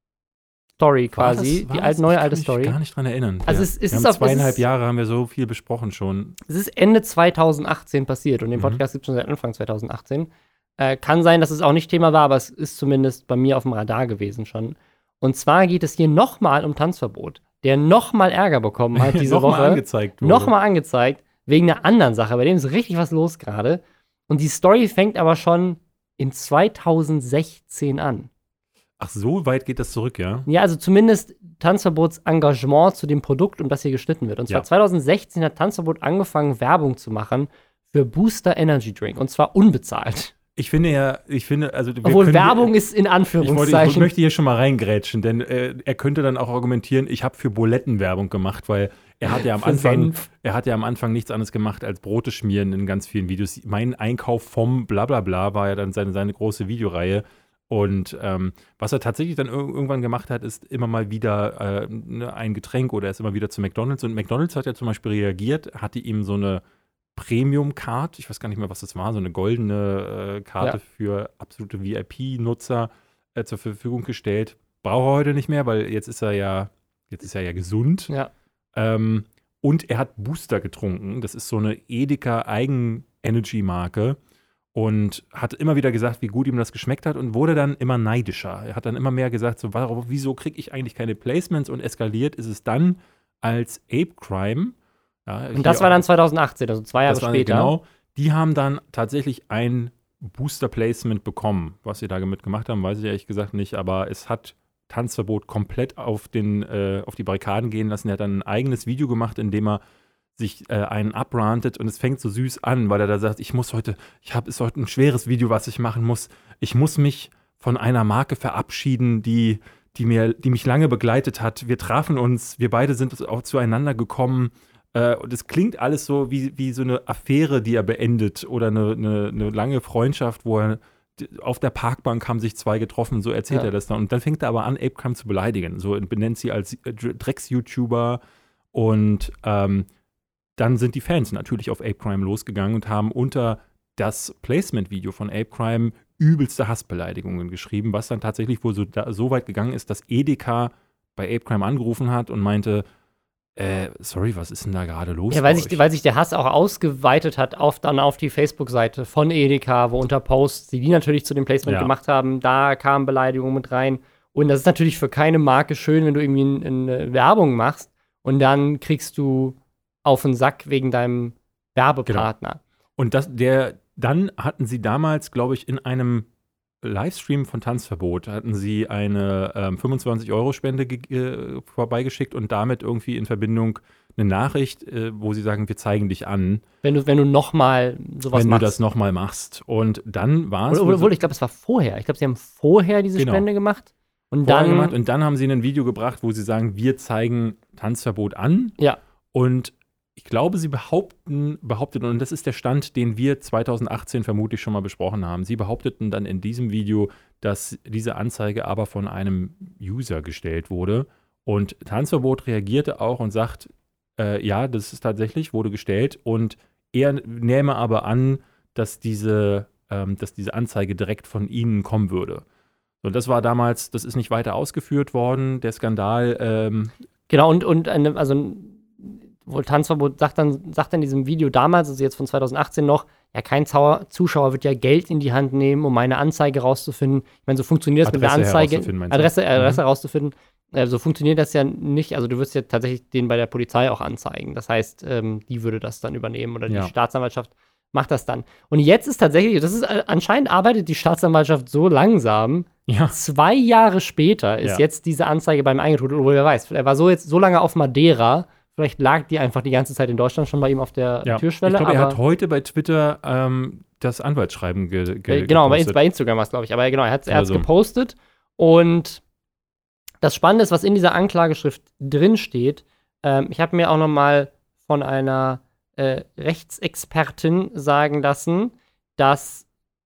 Story quasi. Die alte Story. Ich kann mich gar nicht dran erinnern. Also wir haben 2,5 Jahre haben wir so viel besprochen schon. Es ist Ende 2018 passiert und den Podcast gibt es schon seit Anfang 2018. Kann sein, dass es auch nicht Thema war, aber es ist zumindest bei mir auf dem Radar gewesen schon. Und zwar geht es hier nochmal um Tanzverbot, der nochmal Ärger bekommen hat diese Woche. Nochmal angezeigt, wegen einer anderen Sache. Bei dem ist richtig was los gerade. Und die Story fängt aber schon in 2016 an. Ach, so weit geht das zurück, ja? Ja, also zumindest Tanzverbotsengagement zu dem Produkt, um das hier geschnitten wird. Und zwar 2016 hat Tanzverbot angefangen, Werbung zu machen für Booster Energy Drink. Und zwar unbezahlt. Obwohl Werbung ist in Anführungszeichen. Ich möchte hier schon mal reingrätschen, denn er könnte dann auch argumentieren, ich habe für Buletten Werbung gemacht, weil er hat ja am Anfang nichts anderes gemacht als Brote schmieren in ganz vielen Videos. Mein Einkauf vom Blablabla war ja dann seine große Videoreihe. Und was er tatsächlich dann irgendwann gemacht hat, ist immer mal wieder ein Getränk oder er ist immer wieder zu McDonald's. Und McDonald's hat ja zum Beispiel reagiert, hatte ihm so eine Premium-Card, ich weiß gar nicht mehr, was das war, so eine goldene Karte für absolute VIP-Nutzer zur Verfügung gestellt. Braucht er heute nicht mehr, weil jetzt ist er ja gesund. Ja. Und er hat Booster getrunken. Das ist so eine Edeka Eigen-Energy-Marke. Und hat immer wieder gesagt, wie gut ihm das geschmeckt hat und wurde dann immer neidischer. Er hat dann immer mehr gesagt, so, wieso kriege ich eigentlich keine Placements? Und eskaliert ist es dann als Ape Crime. Ja, und das war dann 2018, also 2 Jahre später. Genau, die haben dann tatsächlich ein Booster-Placement bekommen. Was sie damit gemacht haben, weiß ich ehrlich gesagt nicht, aber es hat Tanzverbot komplett auf die Barrikaden gehen lassen. Er hat dann ein eigenes Video gemacht, in dem er sich einen abrantet und es fängt so süß an, weil er da sagt, ist heute ein schweres Video, was ich machen muss. Ich muss mich von einer Marke verabschieden, die mich lange begleitet hat. Wir trafen uns, wir beide sind auch zueinander gekommen. Und es klingt alles so wie so eine Affäre, die er beendet oder eine lange Freundschaft, wo er auf der Parkbank haben sich 2 getroffen, so erzählt er das dann. Und dann fängt er aber an, Ape Crime zu beleidigen. So benennt sie als Drecks-YouTuber und dann sind die Fans natürlich auf Ape Crime losgegangen und haben unter das Placement-Video von Ape Crime übelste Hassbeleidigungen geschrieben, was dann tatsächlich wohl so weit gegangen ist, dass Edeka bei Ape Crime angerufen hat und meinte, sorry, was ist denn da gerade los? Ja, weil sich der Hass auch ausgeweitet hat auf die Facebook-Seite von Edeka, wo unter Posts, die natürlich zu dem Placement gemacht haben, da kamen Beleidigungen mit rein. Und das ist natürlich für keine Marke schön, wenn du irgendwie eine Werbung machst und dann kriegst du auf den Sack wegen deinem Werbepartner. Genau. Und dann hatten sie damals, glaube ich, in einem Livestream von Tanzverbot hatten sie eine 25-Euro-Spende vorbeigeschickt und damit irgendwie in Verbindung eine Nachricht, wo sie sagen, wir zeigen dich an. Wenn du nochmal sowas machst. Wenn du das nochmal machst. Und dann war es. Obwohl, ich glaube, es war vorher. Ich glaube, sie haben vorher diese Spende gemacht. Und dann haben sie ein Video gebracht, wo sie sagen, wir zeigen Tanzverbot an. Ja. Und ich glaube, sie behaupteten, und das ist der Stand, den wir 2018 vermutlich schon mal besprochen haben, sie behaupteten dann in diesem Video, dass diese Anzeige aber von einem User gestellt wurde. Und Tanzverbot reagierte auch und sagt, ja, das ist tatsächlich, wurde gestellt. Und er nehme aber an, dass diese Anzeige direkt von ihnen kommen würde. Und das war damals, das ist nicht weiter ausgeführt worden, der Skandal. Genau, wohl Tanzverbot sagt dann in diesem Video damals, also jetzt von 2018 noch, ja, kein Zuschauer wird ja Geld in die Hand nehmen, um meine Anzeige rauszufinden. Ich meine, so funktioniert das Adresse mit der Anzeige. Adresse mhm. rauszufinden. So funktioniert das ja nicht. Also du wirst ja tatsächlich den bei der Polizei auch anzeigen. Das heißt, die würde das dann übernehmen oder die Staatsanwaltschaft macht das dann. Und jetzt ist tatsächlich, anscheinend arbeitet die Staatsanwaltschaft so langsam. Ja. 2 Jahre später ist jetzt diese Anzeige beim eingetrudelt. Obwohl, wer weiß, er war so lange auf Madeira. Vielleicht lag die einfach die ganze Zeit in Deutschland schon bei ihm auf der Türschwelle. Ich glaube, er hat heute bei Twitter das Anwaltsschreiben genau, gepostet. bei Instagram war es, glaube ich. Aber genau, er hat es gepostet. Und das Spannende ist, was in dieser Anklageschrift drin steht. Ich habe mir auch noch mal von einer Rechtsexpertin sagen lassen, dass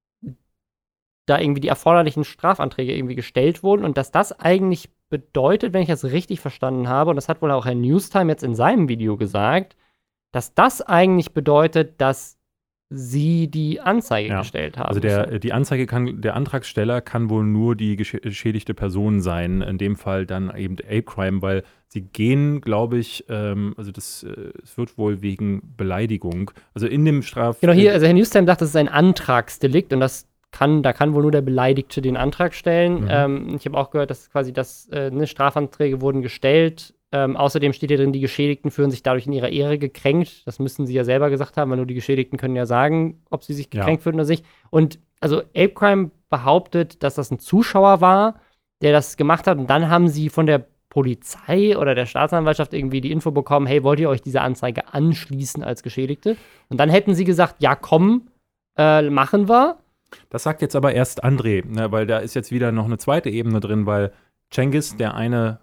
da irgendwie die erforderlichen Strafanträge irgendwie gestellt wurden und dass das eigentlich bedeutet, wenn ich das richtig verstanden habe, und das hat wohl auch Herr Newstime jetzt in seinem Video gesagt, dass das eigentlich bedeutet, dass sie die Anzeige gestellt haben. Also der Antragsteller kann wohl nur die geschädigte Person sein, in dem Fall dann eben Ape Crime, weil sie gehen, glaube ich, es wird wohl wegen Beleidigung, also in dem Genau, hier, also Herr Newstime sagt, das ist ein Antragsdelikt und da kann wohl nur der Beleidigte den Antrag stellen. Ich habe auch gehört, dass quasi Strafanträge wurden gestellt. Außerdem steht hier drin, die Geschädigten fühlen sich dadurch in ihrer Ehre gekränkt. Das müssen sie ja selber gesagt haben, weil nur die Geschädigten können ja sagen, ob sie sich gekränkt fühlen oder nicht. Und also Ape Crime behauptet, dass das ein Zuschauer war, der das gemacht hat. Und dann haben sie von der Polizei oder der Staatsanwaltschaft irgendwie die Info bekommen, hey, wollt ihr euch diese Anzeige anschließen als Geschädigte? Und dann hätten sie gesagt, ja, komm, machen wir. Das sagt jetzt aber erst André, ne, weil da ist jetzt wieder noch eine zweite Ebene drin, weil Cengiz, der eine,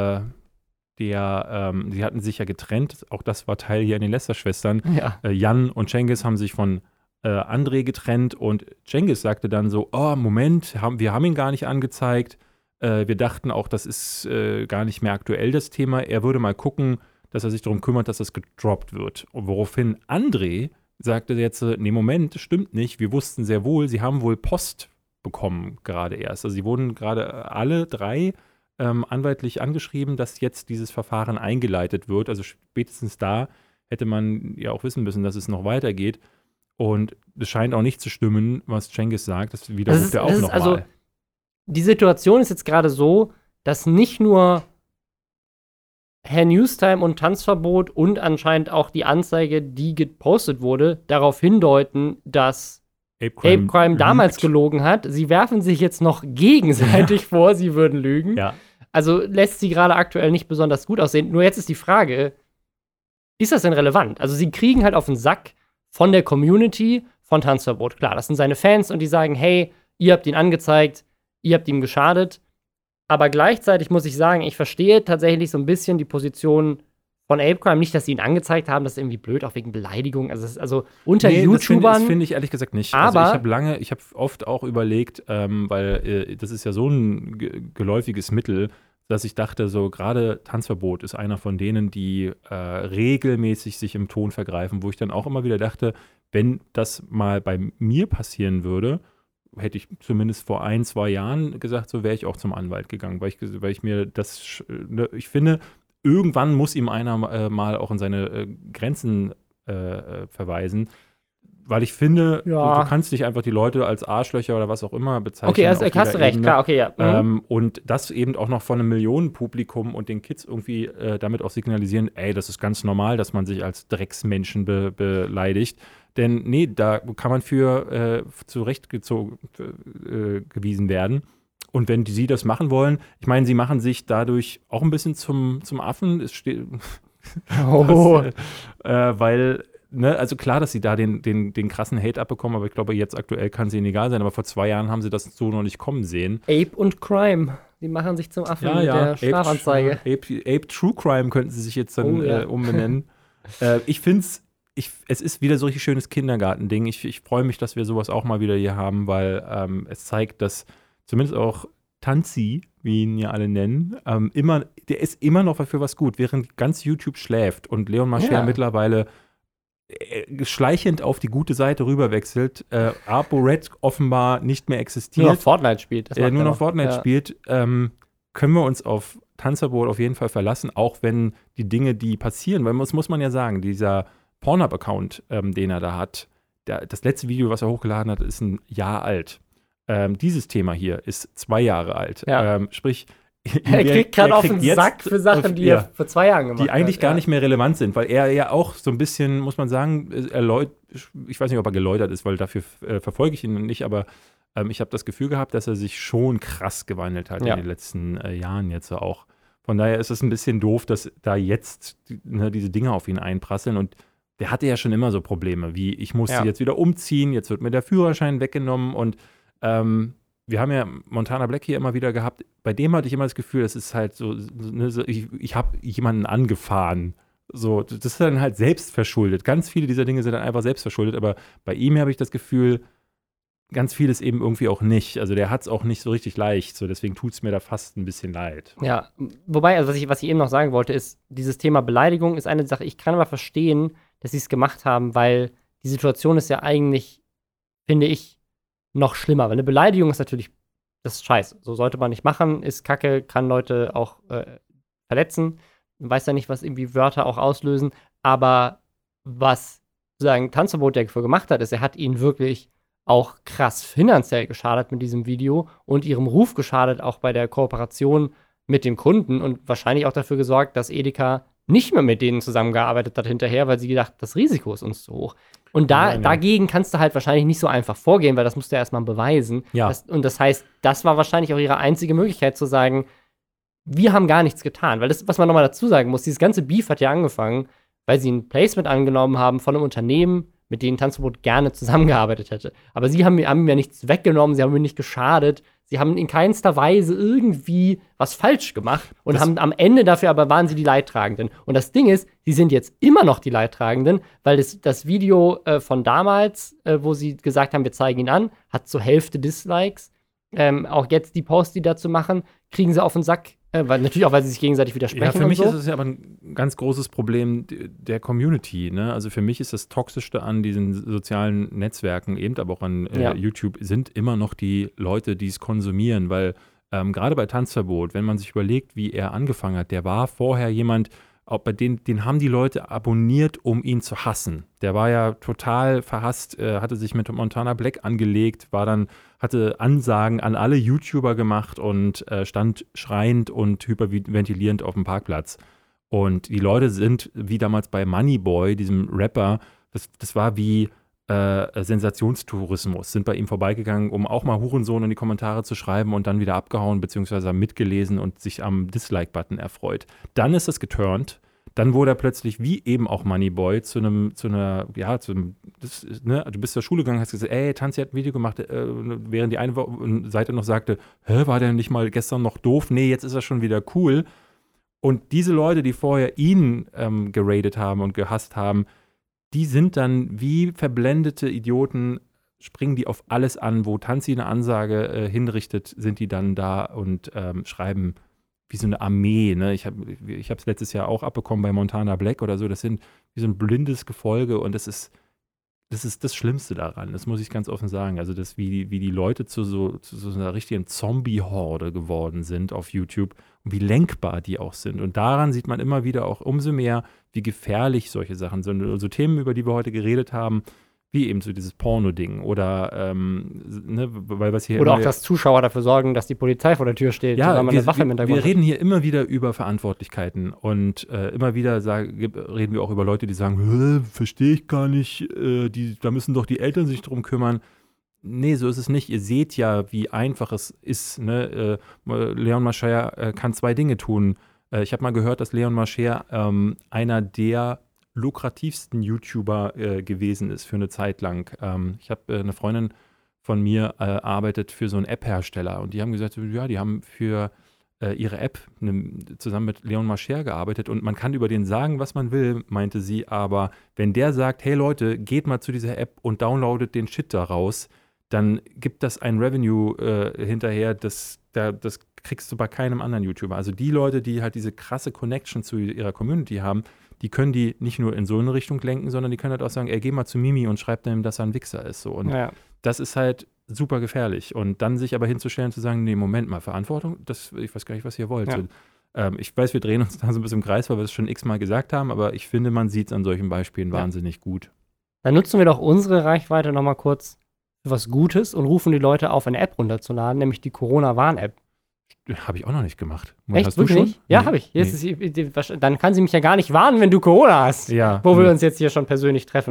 die hatten sich ja getrennt, auch das war Teil hier in den Lester-Schwestern. Ja. Jan und Cengiz haben sich von André getrennt und Cengiz sagte dann so, oh, Moment, wir haben ihn gar nicht angezeigt, wir dachten auch, das ist gar nicht mehr aktuell, das Thema, er würde mal gucken, dass er sich darum kümmert, dass das gedroppt wird. Und woraufhin André sagte jetzt, nee, Moment, stimmt nicht. Wir wussten sehr wohl, sie haben wohl Post bekommen gerade erst. Also sie wurden gerade alle 3 anwaltlich angeschrieben, dass jetzt dieses Verfahren eingeleitet wird. Also spätestens da hätte man ja auch wissen müssen, dass es noch weitergeht. Und es scheint auch nicht zu stimmen, was Cengiz sagt. Das wiederholt er auch nochmal. Also, die Situation ist jetzt gerade so, dass nicht nur Herr Newstime und Tanzverbot und anscheinend auch die Anzeige, die gepostet wurde, darauf hindeuten, dass Ape Crime damals gelogen hat. Sie werfen sich jetzt noch gegenseitig vor, sie würden lügen. Ja. Also lässt sie gerade aktuell nicht besonders gut aussehen. Nur jetzt ist die Frage, ist das denn relevant? Also sie kriegen halt auf den Sack von der Community von Tanzverbot. Klar, das sind seine Fans und die sagen, hey, ihr habt ihn angezeigt, ihr habt ihm geschadet. Aber gleichzeitig muss ich sagen, ich verstehe tatsächlich so ein bisschen die Position von Ape Crime. Nicht, dass sie ihn angezeigt haben, das ist irgendwie blöd, auch wegen Beleidigung. Also unter YouTubern. Das finde ich ehrlich gesagt nicht. Aber also ich habe oft auch überlegt, weil das ist ja so ein geläufiges Mittel, dass ich dachte, so gerade Tanzverbot ist einer von denen, die regelmäßig sich im Ton vergreifen, wo ich dann auch immer wieder dachte, wenn das mal bei mir passieren würde, hätte ich zumindest vor 1-2 Jahren gesagt, so wäre ich auch zum Anwalt gegangen, weil ich mir ich finde, irgendwann muss ihm einer mal auch in seine Grenzen verweisen. weil ich finde, du kannst nicht einfach die Leute als Arschlöcher oder was auch immer bezeichnen. Okay, hast du recht, klar, okay, ja. Und das eben auch noch von einem Millionenpublikum und den Kids irgendwie damit auch signalisieren, ey, das ist ganz normal, dass man sich als Drecksmenschen beleidigt. Denn nee, da kann man für zurechtgewiesen werden. Und wenn sie das machen wollen, ich meine, sie machen sich dadurch auch ein bisschen zum Affen. Es steht, weil ne, also klar, dass sie da den krassen Hate abbekommen, aber ich glaube, jetzt aktuell kann es ihnen egal sein. Aber vor 2 Jahren haben sie das so noch nicht kommen sehen. Ape und Crime, die machen sich zum Affen mit der Strafanzeige. Ape True Crime könnten sie sich jetzt dann umbenennen. Ich finde es ist wieder so ein richtig schönes Kindergartending. Ich freue mich, dass wir sowas auch mal wieder hier haben, weil es zeigt, dass zumindest auch Tanzi, wie ihn ja alle nennen, der ist immer noch für was gut, während ganz YouTube schläft und Leon Mascher mittlerweile schleichend auf die gute Seite rüberwechselt, ApoRed offenbar nicht mehr existiert. Nur noch Fortnite spielt. Spielt, können wir uns auf Tanzverbot auf jeden Fall verlassen, auch wenn die Dinge, die passieren, weil das muss man ja sagen, dieser Pornhub-Account, den er da hat, das letzte Video, was er hochgeladen hat, ist ein Jahr alt. Dieses Thema hier ist 2 Jahre alt. Ja. Sprich, er kriegt gerade auf den Sack für Sachen, die er vor 2 Jahren gemacht hat. Die eigentlich gar nicht mehr relevant sind, weil er ja auch so ein bisschen, muss man sagen, ich weiß nicht, ob er geläutert ist, weil dafür verfolge ich ihn nicht, aber ich habe das Gefühl gehabt, dass er sich schon krass gewandelt hat in den letzten Jahren jetzt auch. Von daher ist es ein bisschen doof, dass da jetzt diese Dinge auf ihn einprasseln und der hatte ja schon immer so Probleme, wie ich musste jetzt wieder umziehen, jetzt wird mir der Führerschein weggenommen und wir haben ja Montana Black hier immer wieder gehabt. Bei dem hatte ich immer das Gefühl, das ist halt so ich habe jemanden angefahren. So, das ist dann halt selbst verschuldet. Ganz viele dieser Dinge sind dann einfach selbst verschuldet, aber bei ihm habe ich das Gefühl, ganz vieles eben irgendwie auch nicht. Also der hat es auch nicht so richtig leicht. So, deswegen tut es mir da fast ein bisschen leid. Ja, wobei, also was ich eben noch sagen wollte, ist, dieses Thema Beleidigung ist eine Sache, ich kann aber verstehen, dass sie es gemacht haben, weil die Situation ist ja eigentlich, finde ich, noch schlimmer, weil eine Beleidigung ist natürlich, das ist scheiße. So sollte man nicht machen, ist kacke, kann Leute auch verletzen. Man weiß ja nicht, was irgendwie Wörter auch auslösen. Aber was sozusagen Tanzverbot dafür gemacht hat, ist, er hat ihnen wirklich auch krass finanziell geschadet mit diesem Video und ihrem Ruf geschadet, auch bei der Kooperation mit dem Kunden und wahrscheinlich auch dafür gesorgt, dass Edeka nicht mehr mit denen zusammengearbeitet hat hinterher, weil sie gedacht, das Risiko ist uns zu hoch. Und dagegen kannst du halt wahrscheinlich nicht so einfach vorgehen, weil das musst du ja erstmal beweisen. Ja. Das heißt, das war wahrscheinlich auch ihre einzige Möglichkeit zu sagen, wir haben gar nichts getan. Weil das, was man nochmal dazu sagen muss, dieses ganze Beef hat ja angefangen, weil sie ein Placement angenommen haben von einem Unternehmen, mit denen Tanzverbot gerne zusammengearbeitet hätte. Aber sie haben ihm ja nichts weggenommen, sie haben ihm nicht geschadet, sie haben in keinster Weise irgendwie was falsch gemacht und haben am Ende dafür aber waren sie die Leidtragenden. Und das Ding ist, sie sind jetzt immer noch die Leidtragenden, weil das Video von damals, wo sie gesagt haben, wir zeigen ihn an, hat zur Hälfte Dislikes. Auch jetzt die Posts, die dazu machen, kriegen sie auf den Sack. Weil sie sich gegenseitig widersprechen. Ja, für mich ist es ja aber ein ganz großes Problem der Community. Ne? Also für mich ist das Toxischste an diesen sozialen Netzwerken, eben aber auch an YouTube, sind immer noch die Leute, die es konsumieren. Weil gerade bei Tanzverbot, wenn man sich überlegt, wie er angefangen hat, der war vorher jemand, auch bei den haben die Leute abonniert, um ihn zu hassen. Der war ja total verhasst, hatte sich mit Montana Black angelegt, hatte Ansagen an alle YouTuber gemacht und stand schreiend und hyperventilierend auf dem Parkplatz. Und die Leute sind, wie damals bei Moneyboy, diesem Rapper, das war wie Sensationstourismus, sind bei ihm vorbeigegangen, um auch mal Hurensohn in die Kommentare zu schreiben und dann wieder abgehauen, beziehungsweise mitgelesen und sich am Dislike-Button erfreut. Dann ist es geturnt. Dann wurde er plötzlich, wie eben auch Moneyboy, du bist zur Schule gegangen, hast gesagt, ey, Tanzi hat ein Video gemacht, während die eine Seite noch sagte, war der nicht mal gestern noch doof? Nee, jetzt ist er schon wieder cool. Und diese Leute, die vorher ihn geradet haben und gehasst haben, die sind dann wie verblendete Idioten, springen die auf alles an, wo Tanzi eine Ansage hinrichtet, sind die dann da und schreiben wie so eine Armee. Ne? Ich habe es letztes Jahr auch abbekommen bei Montana Black oder so. Das sind wie so ein blindes Gefolge und das ist das Schlimmste daran. Das muss ich ganz offen sagen. Also wie die Leute zu so einer richtigen Zombie-Horde geworden sind auf YouTube und wie lenkbar die auch sind. Und daran sieht man immer wieder auch umso mehr, wie gefährlich solche Sachen sind. So Themen, über die wir heute geredet haben, wie eben so dieses Porno-Ding oder weil was hier oder auch, dass Zuschauer dafür sorgen, dass die Polizei vor der Tür steht, ja, weil man eine Waffe im Hintergrund wir reden hier immer wieder über Verantwortlichkeiten und immer wieder reden wir auch über Leute, die sagen, verstehe ich gar nicht, da müssen doch die Eltern sich drum kümmern. Nee, so ist es nicht. Ihr seht ja, wie einfach es ist. Ne? Leon Mascher kann 2 Dinge tun. Ich habe mal gehört, dass Leon Mascher einer der lukrativsten YouTuber gewesen ist für eine Zeit lang. Ich habe eine Freundin von mir arbeitet für so einen App-Hersteller und die haben gesagt, ja, die haben für ihre App zusammen mit Leon Mascher gearbeitet und man kann über den sagen, was man will, meinte sie, aber wenn der sagt, hey Leute, geht mal zu dieser App und downloadet den Shit da raus, dann gibt das ein Revenue hinterher, das kriegst du bei keinem anderen YouTuber. Also die Leute, die halt diese krasse Connection zu ihrer Community haben, die können die nicht nur in so eine Richtung lenken, sondern die können halt auch sagen, geh mal zu Mimi und schreib dem, dass er ein Wichser ist. So. Und das ist halt super gefährlich. Und dann sich aber hinzustellen und zu sagen, nee, Moment mal, Verantwortung, ich weiß gar nicht, was ihr wollt. Ja. So, ich weiß, wir drehen uns da so ein bisschen im Kreis, weil wir es schon x-mal gesagt haben, aber ich finde, man sieht es an solchen Beispielen wahnsinnig gut. Dann nutzen wir doch unsere Reichweite nochmal kurz für was Gutes und rufen die Leute auf, eine App runterzuladen, nämlich die Corona-Warn-App. Habe ich auch noch nicht gemacht. Echt? Hast du schon? Nicht? Ja, habe ich. Dann kann sie mich ja gar nicht warnen, wenn du Corona hast. Ja. Wo wir uns jetzt hier schon persönlich treffen.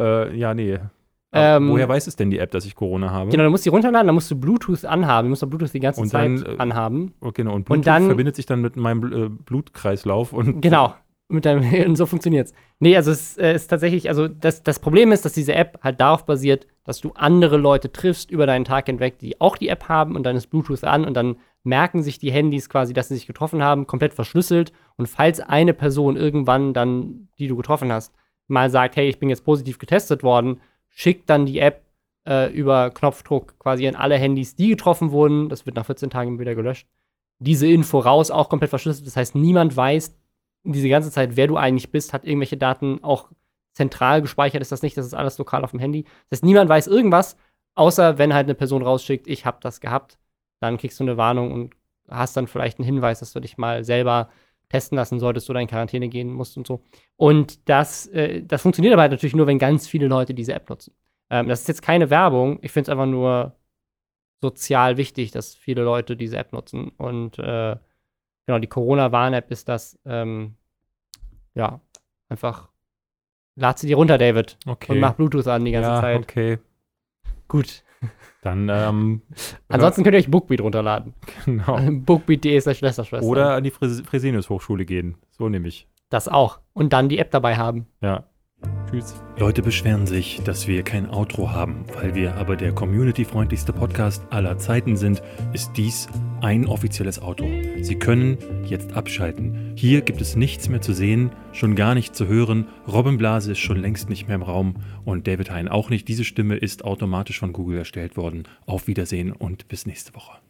Nee. Woher weiß es denn die App, dass ich Corona habe? Genau, du musst die runterladen, dann musst du Bluetooth anhaben. Du musst doch Bluetooth die ganze Zeit anhaben. Genau, und Bluetooth verbindet sich dann mit meinem Blutkreislauf. Genau. Und so funktioniert's. Nee, also es ist tatsächlich, also das Problem ist, dass diese App halt darauf basiert, dass du andere Leute triffst über deinen Tag hinweg, die auch die App haben und dann ist Bluetooth an und dann merken sich die Handys quasi, dass sie sich getroffen haben, komplett verschlüsselt und falls eine Person irgendwann dann, die du getroffen hast, mal sagt, hey, ich bin jetzt positiv getestet worden, schickt dann die App über Knopfdruck quasi an alle Handys, die getroffen wurden, das wird nach 14 Tagen wieder gelöscht, diese Info raus, auch komplett verschlüsselt, das heißt, niemand weiß diese ganze Zeit, wer du eigentlich bist, hat irgendwelche Daten auch zentral gespeichert, ist das nicht, das ist alles lokal auf dem Handy. Das heißt, niemand weiß irgendwas, außer wenn halt eine Person rausschickt, ich habe das gehabt, dann kriegst du eine Warnung und hast dann vielleicht einen Hinweis, dass du dich mal selber testen lassen solltest oder in Quarantäne gehen musst und so. Und das funktioniert aber halt natürlich nur, wenn ganz viele Leute diese App nutzen. Das ist jetzt keine Werbung, ich finde es einfach nur sozial wichtig, dass viele Leute diese App nutzen und genau, die Corona-Warn-App ist das, einfach lad sie dir runter, David. Okay. Und mach Bluetooth an die ganze Zeit. Okay. Gut. Dann, ansonsten könnt ihr euch Bookbeat runterladen. Genau. Bookbeat.de/Lästerschwester. Oder an die Fresenius-Hochschule gehen. So nämlich. Das auch. Und dann die App dabei haben. Ja. Tschüss. Leute beschweren sich, dass wir kein Outro haben. Weil wir aber der community-freundlichste Podcast aller Zeiten sind, ist dies ein offizielles Outro. Sie können jetzt abschalten. Hier gibt es nichts mehr zu sehen, schon gar nicht zu hören. Robin Blase ist schon längst nicht mehr im Raum und David Hein auch nicht. Diese Stimme ist automatisch von Google erstellt worden. Auf Wiedersehen und bis nächste Woche.